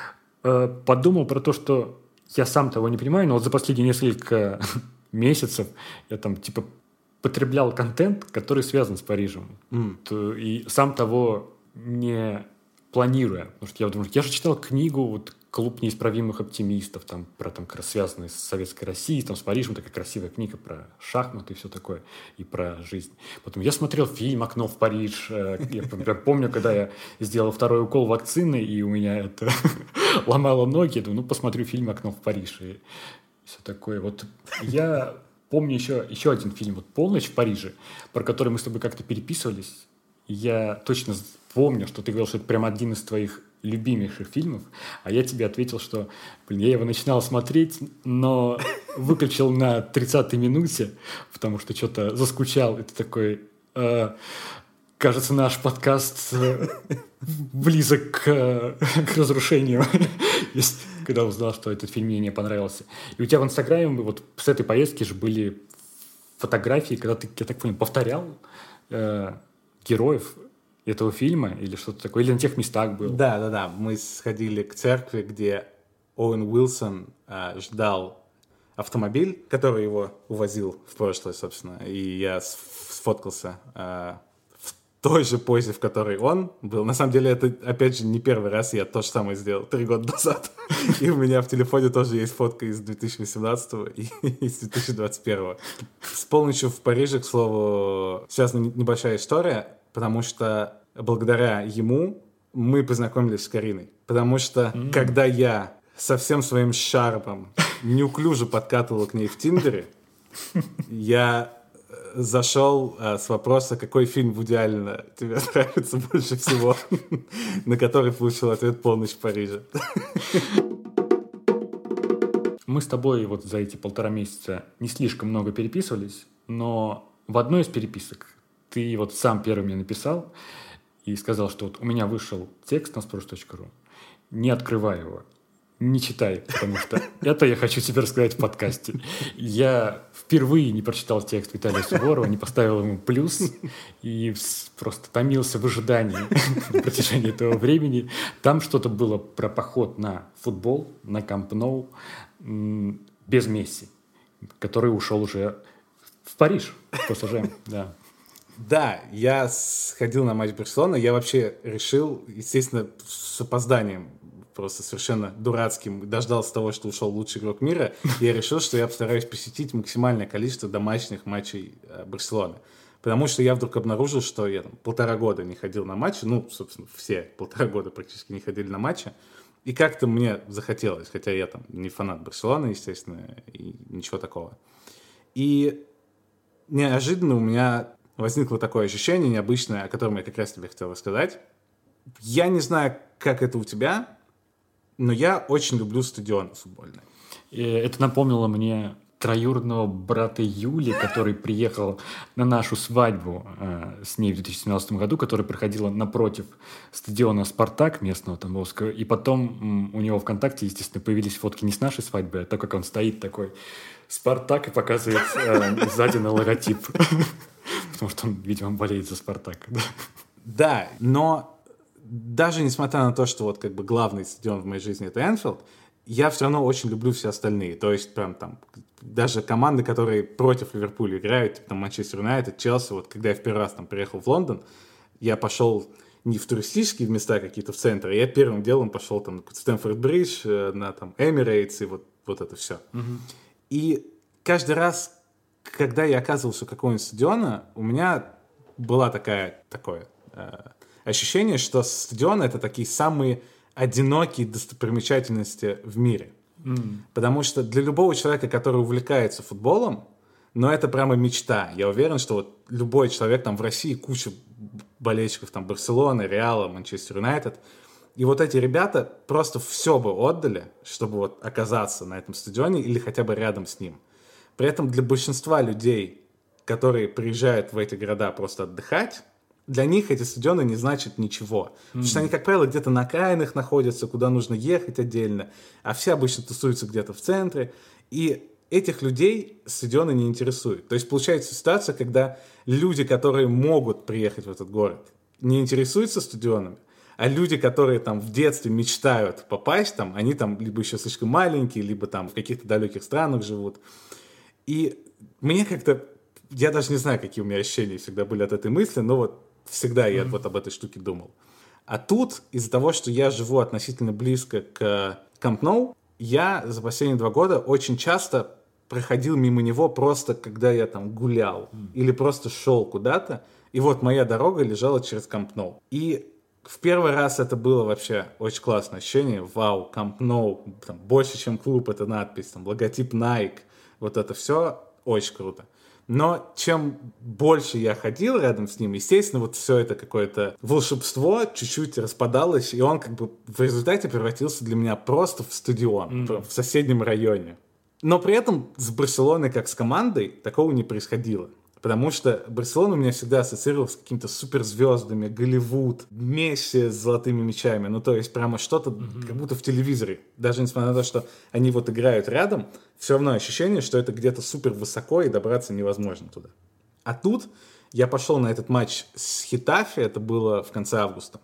подумал про то, что я сам того не понимаю, но вот за последние несколько месяцев я там типа потреблял контент, который связан с Парижем. Mm. И сам того не планируя. Потому что я думаю, я же читал книгу вот «Клуб неисправимых оптимистов», там, про там, как раз связанные с Советской Россией, там, с Парижем, такая красивая книга про шахматы и все такое, и про жизнь. Потом я смотрел фильм «Окно в Париж». Я помню, когда я сделал второй укол вакцины, и у меня это ломало ноги, я думаю, ну, посмотрю фильм «Окно в Париж». И все такое. Вот я помню еще, еще один фильм, вот «Полночь в Париже», про который мы с тобой как-то переписывались. Я точно помню, что ты говорил, что это прям один из твоих любимейших фильмов, а я тебе ответил, что, блин, я его начинал смотреть, но выключил на тридцатой минуте, потому что что-то заскучал. Это такой, э, кажется, наш подкаст э, близок к, э, к разрушению, когда узнал, что этот фильм мне не понравился. И у тебя в Инстаграме вот с этой поездки же были фотографии, когда ты, я так понял, повторял э, героев этого фильма или что-то такое, или на тех местах был. Да, да, да. Мы сходили к церкви, где Оуэн Уилсон э, ждал автомобиль, который его увозил в прошлое, собственно. И я сфоткался э, в той же позе, в которой он был. На самом деле, это, опять же, не первый раз. Я то же самое сделал три года назад. И у меня в телефоне тоже есть фотка из две тысячи восемнадцатого и из две тысячи двадцать первого. С полночью в Париже, к слову, связана небольшая история, потому что благодаря ему мы познакомились с Кариной. Потому что, mm. когда я со всем своим шарпом неуклюже подкатывал к ней в Тиндере, я зашел а, с вопроса, какой фильм Вуди Аллена тебе нравится больше всего, на который получил ответ «Полночь в Париже». Мы с тобой вот за эти полтора месяца не слишком много переписывались, но в одной из переписок ты вот сам первый мне написал и сказал, что вот у меня вышел текст на спрос точка ру, не открывай его. Не читай, потому что это я хочу теперь сказать в подкасте. Я впервые не прочитал текст Виталия Суворова, не поставил ему плюс и просто томился в ожидании на протяжении этого времени. Там что-то было про поход на футбол, на Камп Ноу без Месси, который ушел уже в Париж, в ПСЖ, да. Да, я сходил на матч Барселоны, я вообще решил, естественно, с опозданием, просто совершенно дурацким, дождался того, что ушел лучший игрок мира, и я решил, что я постараюсь посетить максимальное количество домашних матчей Барселоны. Потому что я вдруг обнаружил, что я там полтора года не ходил на матчи, ну, собственно, все полтора года практически не ходили на матчи, и как-то мне захотелось, хотя я там не фанат Барселоны, естественно, и ничего такого. И неожиданно у меня возникло такое ощущение необычное, о котором я как раз тебе хотел рассказать. Я не знаю, как это у тебя, но я очень люблю стадионы футбольные. И это напомнило мне троюродного брата Юли, который приехал на нашу свадьбу э, с ней в две тысячи семнадцатом году, которая проходила напротив стадиона «Спартак» местного тамбовского. И потом м, у него ВКонтакте, естественно, появились фотки не с нашей свадьбы, а то, как он стоит такой «Спартак» и показывает э, сзади на логотип. Потому что он, видимо, болеет за «Спартак». Да, но даже несмотря на то, что вот как бы главный стадион в моей жизни — это Энфилд, я все равно очень люблю все остальные. То есть прям там даже команды, которые против Ливерпуля играют, типа там Манчестер Юнайтед, Челси. Вот когда я в первый раз там приехал в Лондон, я пошел не в туристические места какие-то в центр, я первым делом пошел там в Стэнфорд-Бридж, на там Эмирейтс и вот, вот это все. Угу. И каждый раз, когда я оказывался у какого-нибудь стадиона, у меня была такая, такое э, ощущение, что стадионы — это такие самые одинокие достопримечательности в мире. Mm. Потому что для любого человека, который увлекается футболом, ну, это прямо мечта. Я уверен, что вот любой человек там в России, куча болельщиков там Барселоны, Реала, Манчестер Юнайтед, и вот эти ребята просто все бы отдали, чтобы вот оказаться на этом стадионе или хотя бы рядом с ним. При этом для большинства людей, которые приезжают в эти города просто отдыхать, для них эти стадионы не значат ничего. Mm-hmm. Потому что они, как правило, где-то на окраинах находятся, куда нужно ехать отдельно, а все обычно тусуются где-то в центре. И этих людей стадионы не интересуют. То есть получается ситуация, когда люди, которые могут приехать в этот город, не интересуются стадионами, а люди, которые там в детстве мечтают попасть там, они там либо еще слишком маленькие, либо там в каких-то далеких странах живут. И мне как-то, я даже не знаю, какие у меня ощущения всегда были от этой мысли, но вот всегда я mm-hmm. вот об этой штуке думал. А тут, из-за того, что я живу относительно близко к Камп Ноу, я за последние два года очень часто проходил мимо него просто, когда я там гулял mm-hmm. или просто шел куда-то, и вот моя дорога лежала через Камп Ноу. И в первый раз это было вообще очень классное ощущение. Вау, Камп Ноу, там, больше, чем клуб, это надпись, там, логотип Nike, вот это все очень круто. Но чем больше я ходил рядом с ним, естественно, вот все это какое-то волшебство чуть-чуть распадалось, и он как бы в результате превратился для меня просто в стадион, mm-hmm. в соседнем районе. Но при этом с Барселоной как с командой такого не происходило. Потому что Барселона у меня всегда ассоциировалась с какими-то суперзвездами, Голливуд, Месси с золотыми мячами. Ну, то есть прямо что-то mm-hmm. как будто в телевизоре. Даже несмотря на то, что они вот играют рядом, все равно ощущение, что это где-то супер высоко и добраться невозможно туда. А тут я пошел на этот матч с Хетафе, это было в конце августа.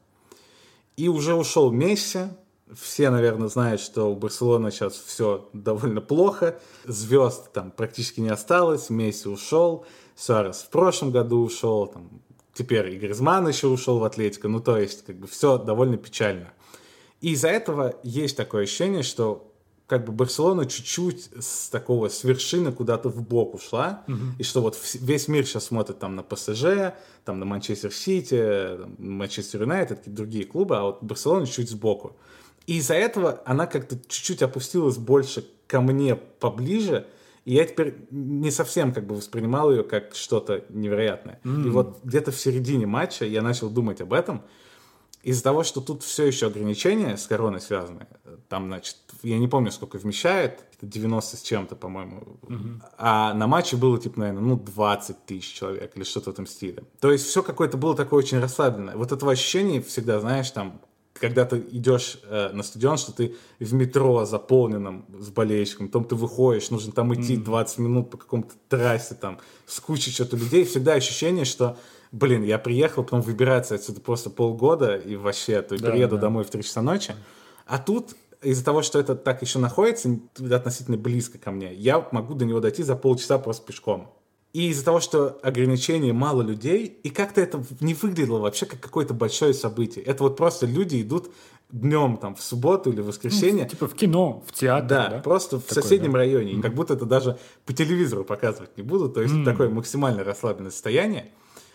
И уже ушел Месси. Все, наверное, знают, что у Барселоны сейчас все довольно плохо. Звезд там практически не осталось. Месси ушел. Суарес в прошлом году ушел. Там, теперь и Гризман еще ушел в Атлетико. Ну, то есть, как бы все довольно печально. И из-за этого есть такое ощущение, что как бы Барселона чуть-чуть с такого, с вершины куда-то в бок ушла. Mm-hmm. И что вот весь мир сейчас смотрит там на ПСЖ, там на Манчестер Сити, там, Манчестер Юнайтед, какие-то другие клубы, а вот Барселона чуть сбоку. И из-за этого она как-то чуть-чуть опустилась больше ко мне поближе, и я теперь не совсем как бы воспринимал ее как что-то невероятное. Mm-hmm. И вот где-то в середине матча я начал думать об этом. Из-за того, что тут все еще ограничения с короной связаны, там, значит, я не помню, сколько вмещает, девяносто с чем-то, по-моему, mm-hmm. а на матче было, типа, наверное, ну, двадцать тысяч человек или что-то в этом стиле. То есть все какое-то было такое очень расслабленное. Вот этого ощущения всегда, знаешь, там, когда ты идешь э, на стадион, что ты в метро заполненном с болельщиками, потом ты выходишь, нужно там идти двадцать минут по какому-то трассе, там, с кучей что-то людей, всегда ощущение, что, блин, я приехал, потом выбираться отсюда просто полгода, и вообще, то есть да, приеду да. домой в три часа ночи, а тут из-за того, что это так еще находится относительно близко ко мне, я могу до него дойти за полчаса просто пешком. И из-за того, что ограничений мало людей, и как-то это не выглядело вообще как какое-то большое событие. Это вот просто люди идут днем, там, в субботу или в воскресенье. Ну, типа в кино, в театр, да? Да, просто в такой, соседнем да? районе. Mm-hmm. Как будто это даже по телевизору показывать не будут. То есть mm-hmm. такое максимально расслабленное состояние.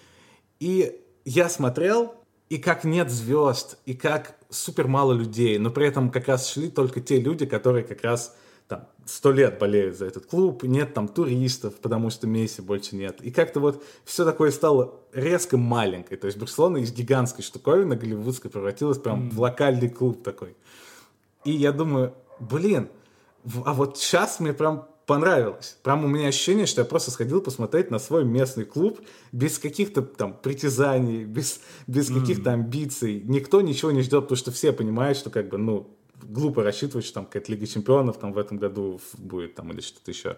И я смотрел, и как нет звезд, и как супер мало людей, но при этом как раз шли только те люди, которые как раз там сто лет болеют за этот клуб, нет там туристов, потому что Месси больше нет. И как-то вот все такое стало резко маленькое. То есть Барселона из гигантской штуковины голливудской превратилась прям mm. в локальный клуб такой. И я думаю, блин, а вот сейчас мне прям понравилось. Прям у меня ощущение, что я просто сходил посмотреть на свой местный клуб без каких-то там притязаний, без, без mm. каких-то амбиций. Никто ничего не ждет, потому что все понимают, что как бы, ну, глупо рассчитывать, что там какая-то Лига Чемпионов там в этом году будет там или что-то еще.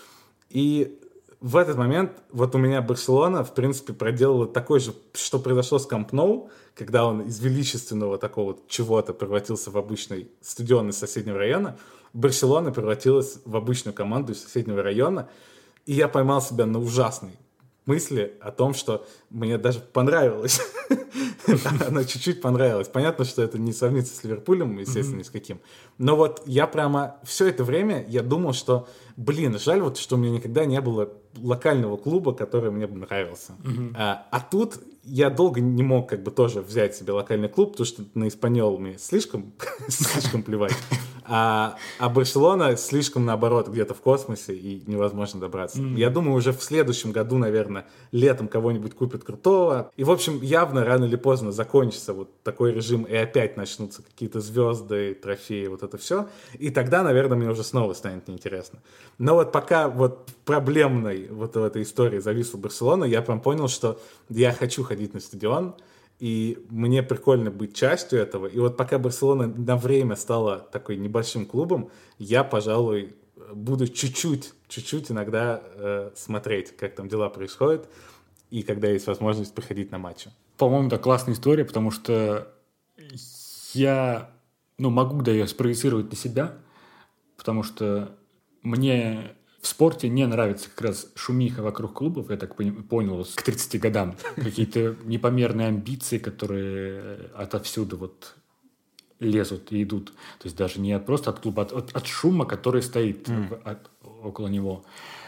И в этот момент вот у меня Барселона, в принципе, проделала такое же, что произошло с Камп Ноу, когда он из величественного такого чего-то превратился в обычный стадион из соседнего района. Барселона превратилась в обычную команду из соседнего района, и я поймал себя на ужасной мысли о том, что мне даже понравилось. Она чуть-чуть понравилась. Понятно, что это не сравнится с Ливерпулем, естественно, ни с каким. Но вот я прямо все это время я думал, что, блин, жаль вот, что у меня никогда не было локального клуба, который мне бы нравился. А, а тут я долго не мог как бы тоже взять себе локальный клуб, потому что на Испаньол мне слишком, слишком плевать. А, а Барселона слишком, наоборот, где-то в космосе, и невозможно добраться. Mm. Я думаю, уже в следующем году, наверное, летом кого-нибудь купят крутого. И, в общем, явно рано или поздно закончится вот такой режим, и опять начнутся какие-то звезды, трофеи, вот это все. И тогда, наверное, мне уже снова станет неинтересно. Но вот пока вот проблемной вот в этой истории зависла Барселона, я прям понял, что я хочу ходить на стадион, и мне прикольно быть частью этого. И вот пока Барселона на время стала такой небольшим клубом, я, пожалуй, буду чуть-чуть, чуть-чуть иногда э, смотреть, как там дела происходят, и когда есть возможность приходить на матчи. По-моему, это классная история, потому что я ну, могу да, ее спроецировать на себя, потому что мне в спорте не нравится как раз шумиха вокруг клубов, я так понял, к тридцати годам. Какие-то непомерные амбиции, которые отовсюду вот лезут и идут. То есть даже не просто от клуба, а от, от шума, который стоит mm. в, от, около него.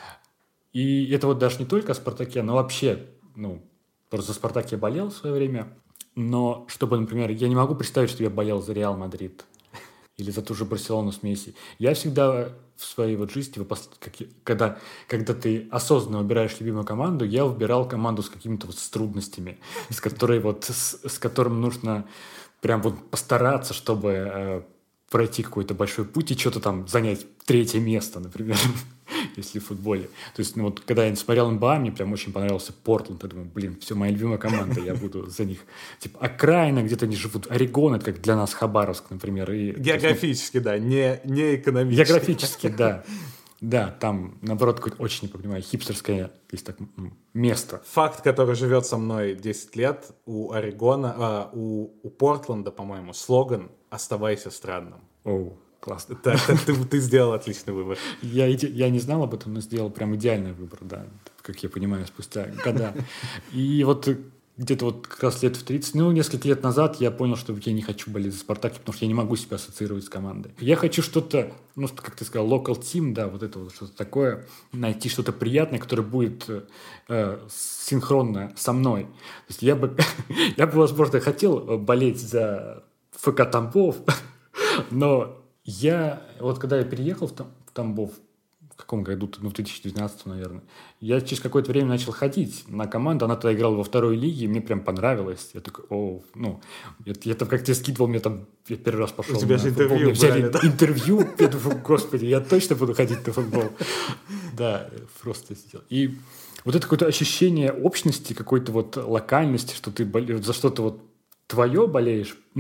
И это вот даже не только о «Спартаке», но вообще, ну, просто за «Спартак» я болел в свое время, но чтобы, например, я не могу представить, что я болел за «Реал Мадрид» или за ту же «Барселону» с Месси. Я всегда в своей вот жизни, когда, когда ты осознанно выбираешь любимую команду, я выбирал команду с какими-то вот с трудностями, с которой вот, с, с которым нужно прям вот постараться, чтобы э, пройти какой-то большой путь и что-то там занять третье место, например, если в футболе. То есть, ну вот, когда я смотрел эн би эй, мне прям очень понравился Портленд. Я думаю, блин, все, моя любимая команда, я буду за них. Типа, окраина, где-то они живут. Орегон, это как для нас Хабаровск, например. И, географически, есть, ну, да, не, не экономически. Географически, да. Да, там, наоборот, какое-то очень, не понимаю, хипстерское есть так, место. Факт, который живет со мной десять лет, у Орегона, а, у, у Портленда, по-моему, слоган «Оставайся странным». Оу. Классно. Так, ты, ты сделал отличный выбор. Я, я не знал об этом, но сделал прям идеальный выбор, да, как я понимаю, спустя года. И вот где-то вот как раз лет в тридцать, ну, несколько лет назад я понял, что я не хочу болеть за «Спартак», потому что я не могу себя ассоциировать с командой. Я хочу что-то, ну, как ты сказал, local team, да, вот это вот что-то такое, найти что-то приятное, которое будет э, синхронно со мной. То есть я бы, я бы, возможно, хотел болеть за ФК Тамбов, но я, вот когда я переехал в, Там, в Тамбов, в каком году, ну, в две тысячи двенадцатом, наверное, я через какое-то время начал ходить на команду, она тогда играла во второй лиге, и мне прям понравилось. Я такой, о, ну, я, я там как-то скидывал, мне там, я первый раз пошел. У тебя же интервью мне взяли брали, да? интервью, я думаю, господи, я точно буду ходить на футбол. Да, просто сделал. И вот это какое-то ощущение общности, какой-то вот локальности, что ты за что-то вот твое болеешь, ну,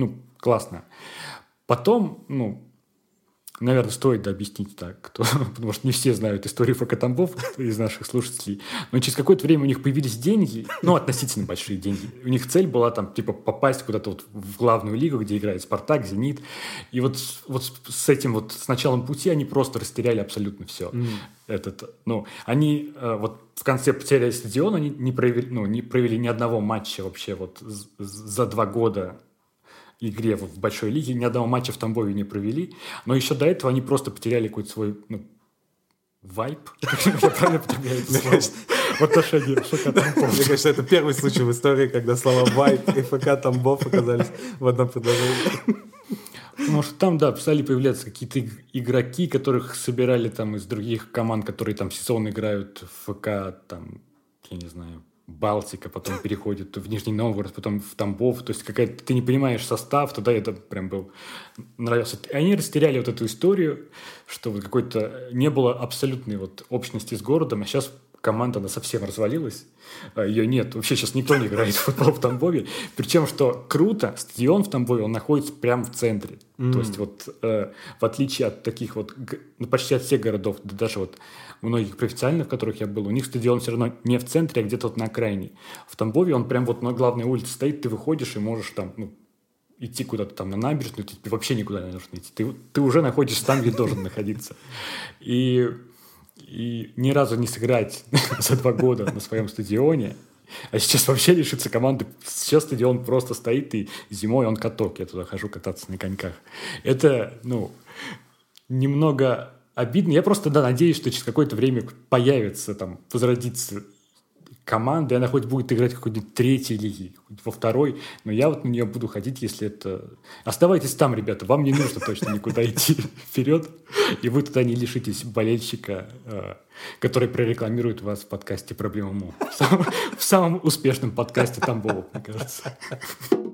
классно. Потом, ну, наверное, стоит объяснить так, кто, потому что не все знают историю ФК Тамбов из наших слушателей. Но через какое-то время у них появились деньги, ну, относительно большие деньги. У них цель была там, типа, попасть куда-то вот в главную лигу, где играет «Спартак», «Зенит». И вот, вот с этим вот, с началом пути они просто растеряли абсолютно все. Mm. Этот, ну, они вот в конце потеряли стадион, они не провели, ну, не провели ни одного матча вообще вот за два года игре в большой лиге, ни одного матча в Тамбове не провели, но еще до этого они просто потеряли какой-то свой, ну, вайб, я правильно потребляю это слово, в отношении ФК Тамбов. Мне кажется, это первый случай в истории, когда слова вайб и ФК Тамбов оказались в одном предложении. Потому что там, да, стали появляться какие-то игроки, которых собирали там из других команд, которые там сезон играют в ФК, там, я не знаю, Балтика, потом переходит в Нижний Новгород, потом в Тамбов. То есть какая-то ты не понимаешь состав, тогда это прям был нравился. Они растеряли вот эту историю, что вот какой-то не было абсолютной вот общности с городом, а сейчас команда, она совсем развалилась. Ее нет. Вообще сейчас никто не играет в футбол в Тамбове. Причем, что круто, стадион в Тамбове, он находится прямо в центре. Mm. То есть вот э, в отличие от таких вот, ну, почти от всех городов, да даже вот многих профессиональных, в которых я был, у них стадион все равно не в центре, а где-то вот на окраине. В Тамбове он прям вот на главной улице стоит, ты выходишь и можешь там, ну, идти куда-то там на набережную, тебе вообще никуда не нужно идти. Ты, ты уже находишься там, где должен находиться. И, и ни разу не сыграть за два года на своем стадионе, а сейчас вообще лишиться команды. Сейчас стадион просто стоит, и зимой он каток. Я туда хожу кататься на коньках. Это, ну, немного обидно. Я просто, да, надеюсь, что через какое-то время появится, там, возродится команда, и она хоть будет играть в какой-нибудь третьей лиге, во второй, но я вот на нее буду ходить, если это... Оставайтесь там, ребята, вам не нужно точно никуда идти вперед, и вы туда не лишитесь болельщика, который прорекламирует вас в подкасте «Проблема Му». В самом успешном подкасте Тамбова, мне кажется.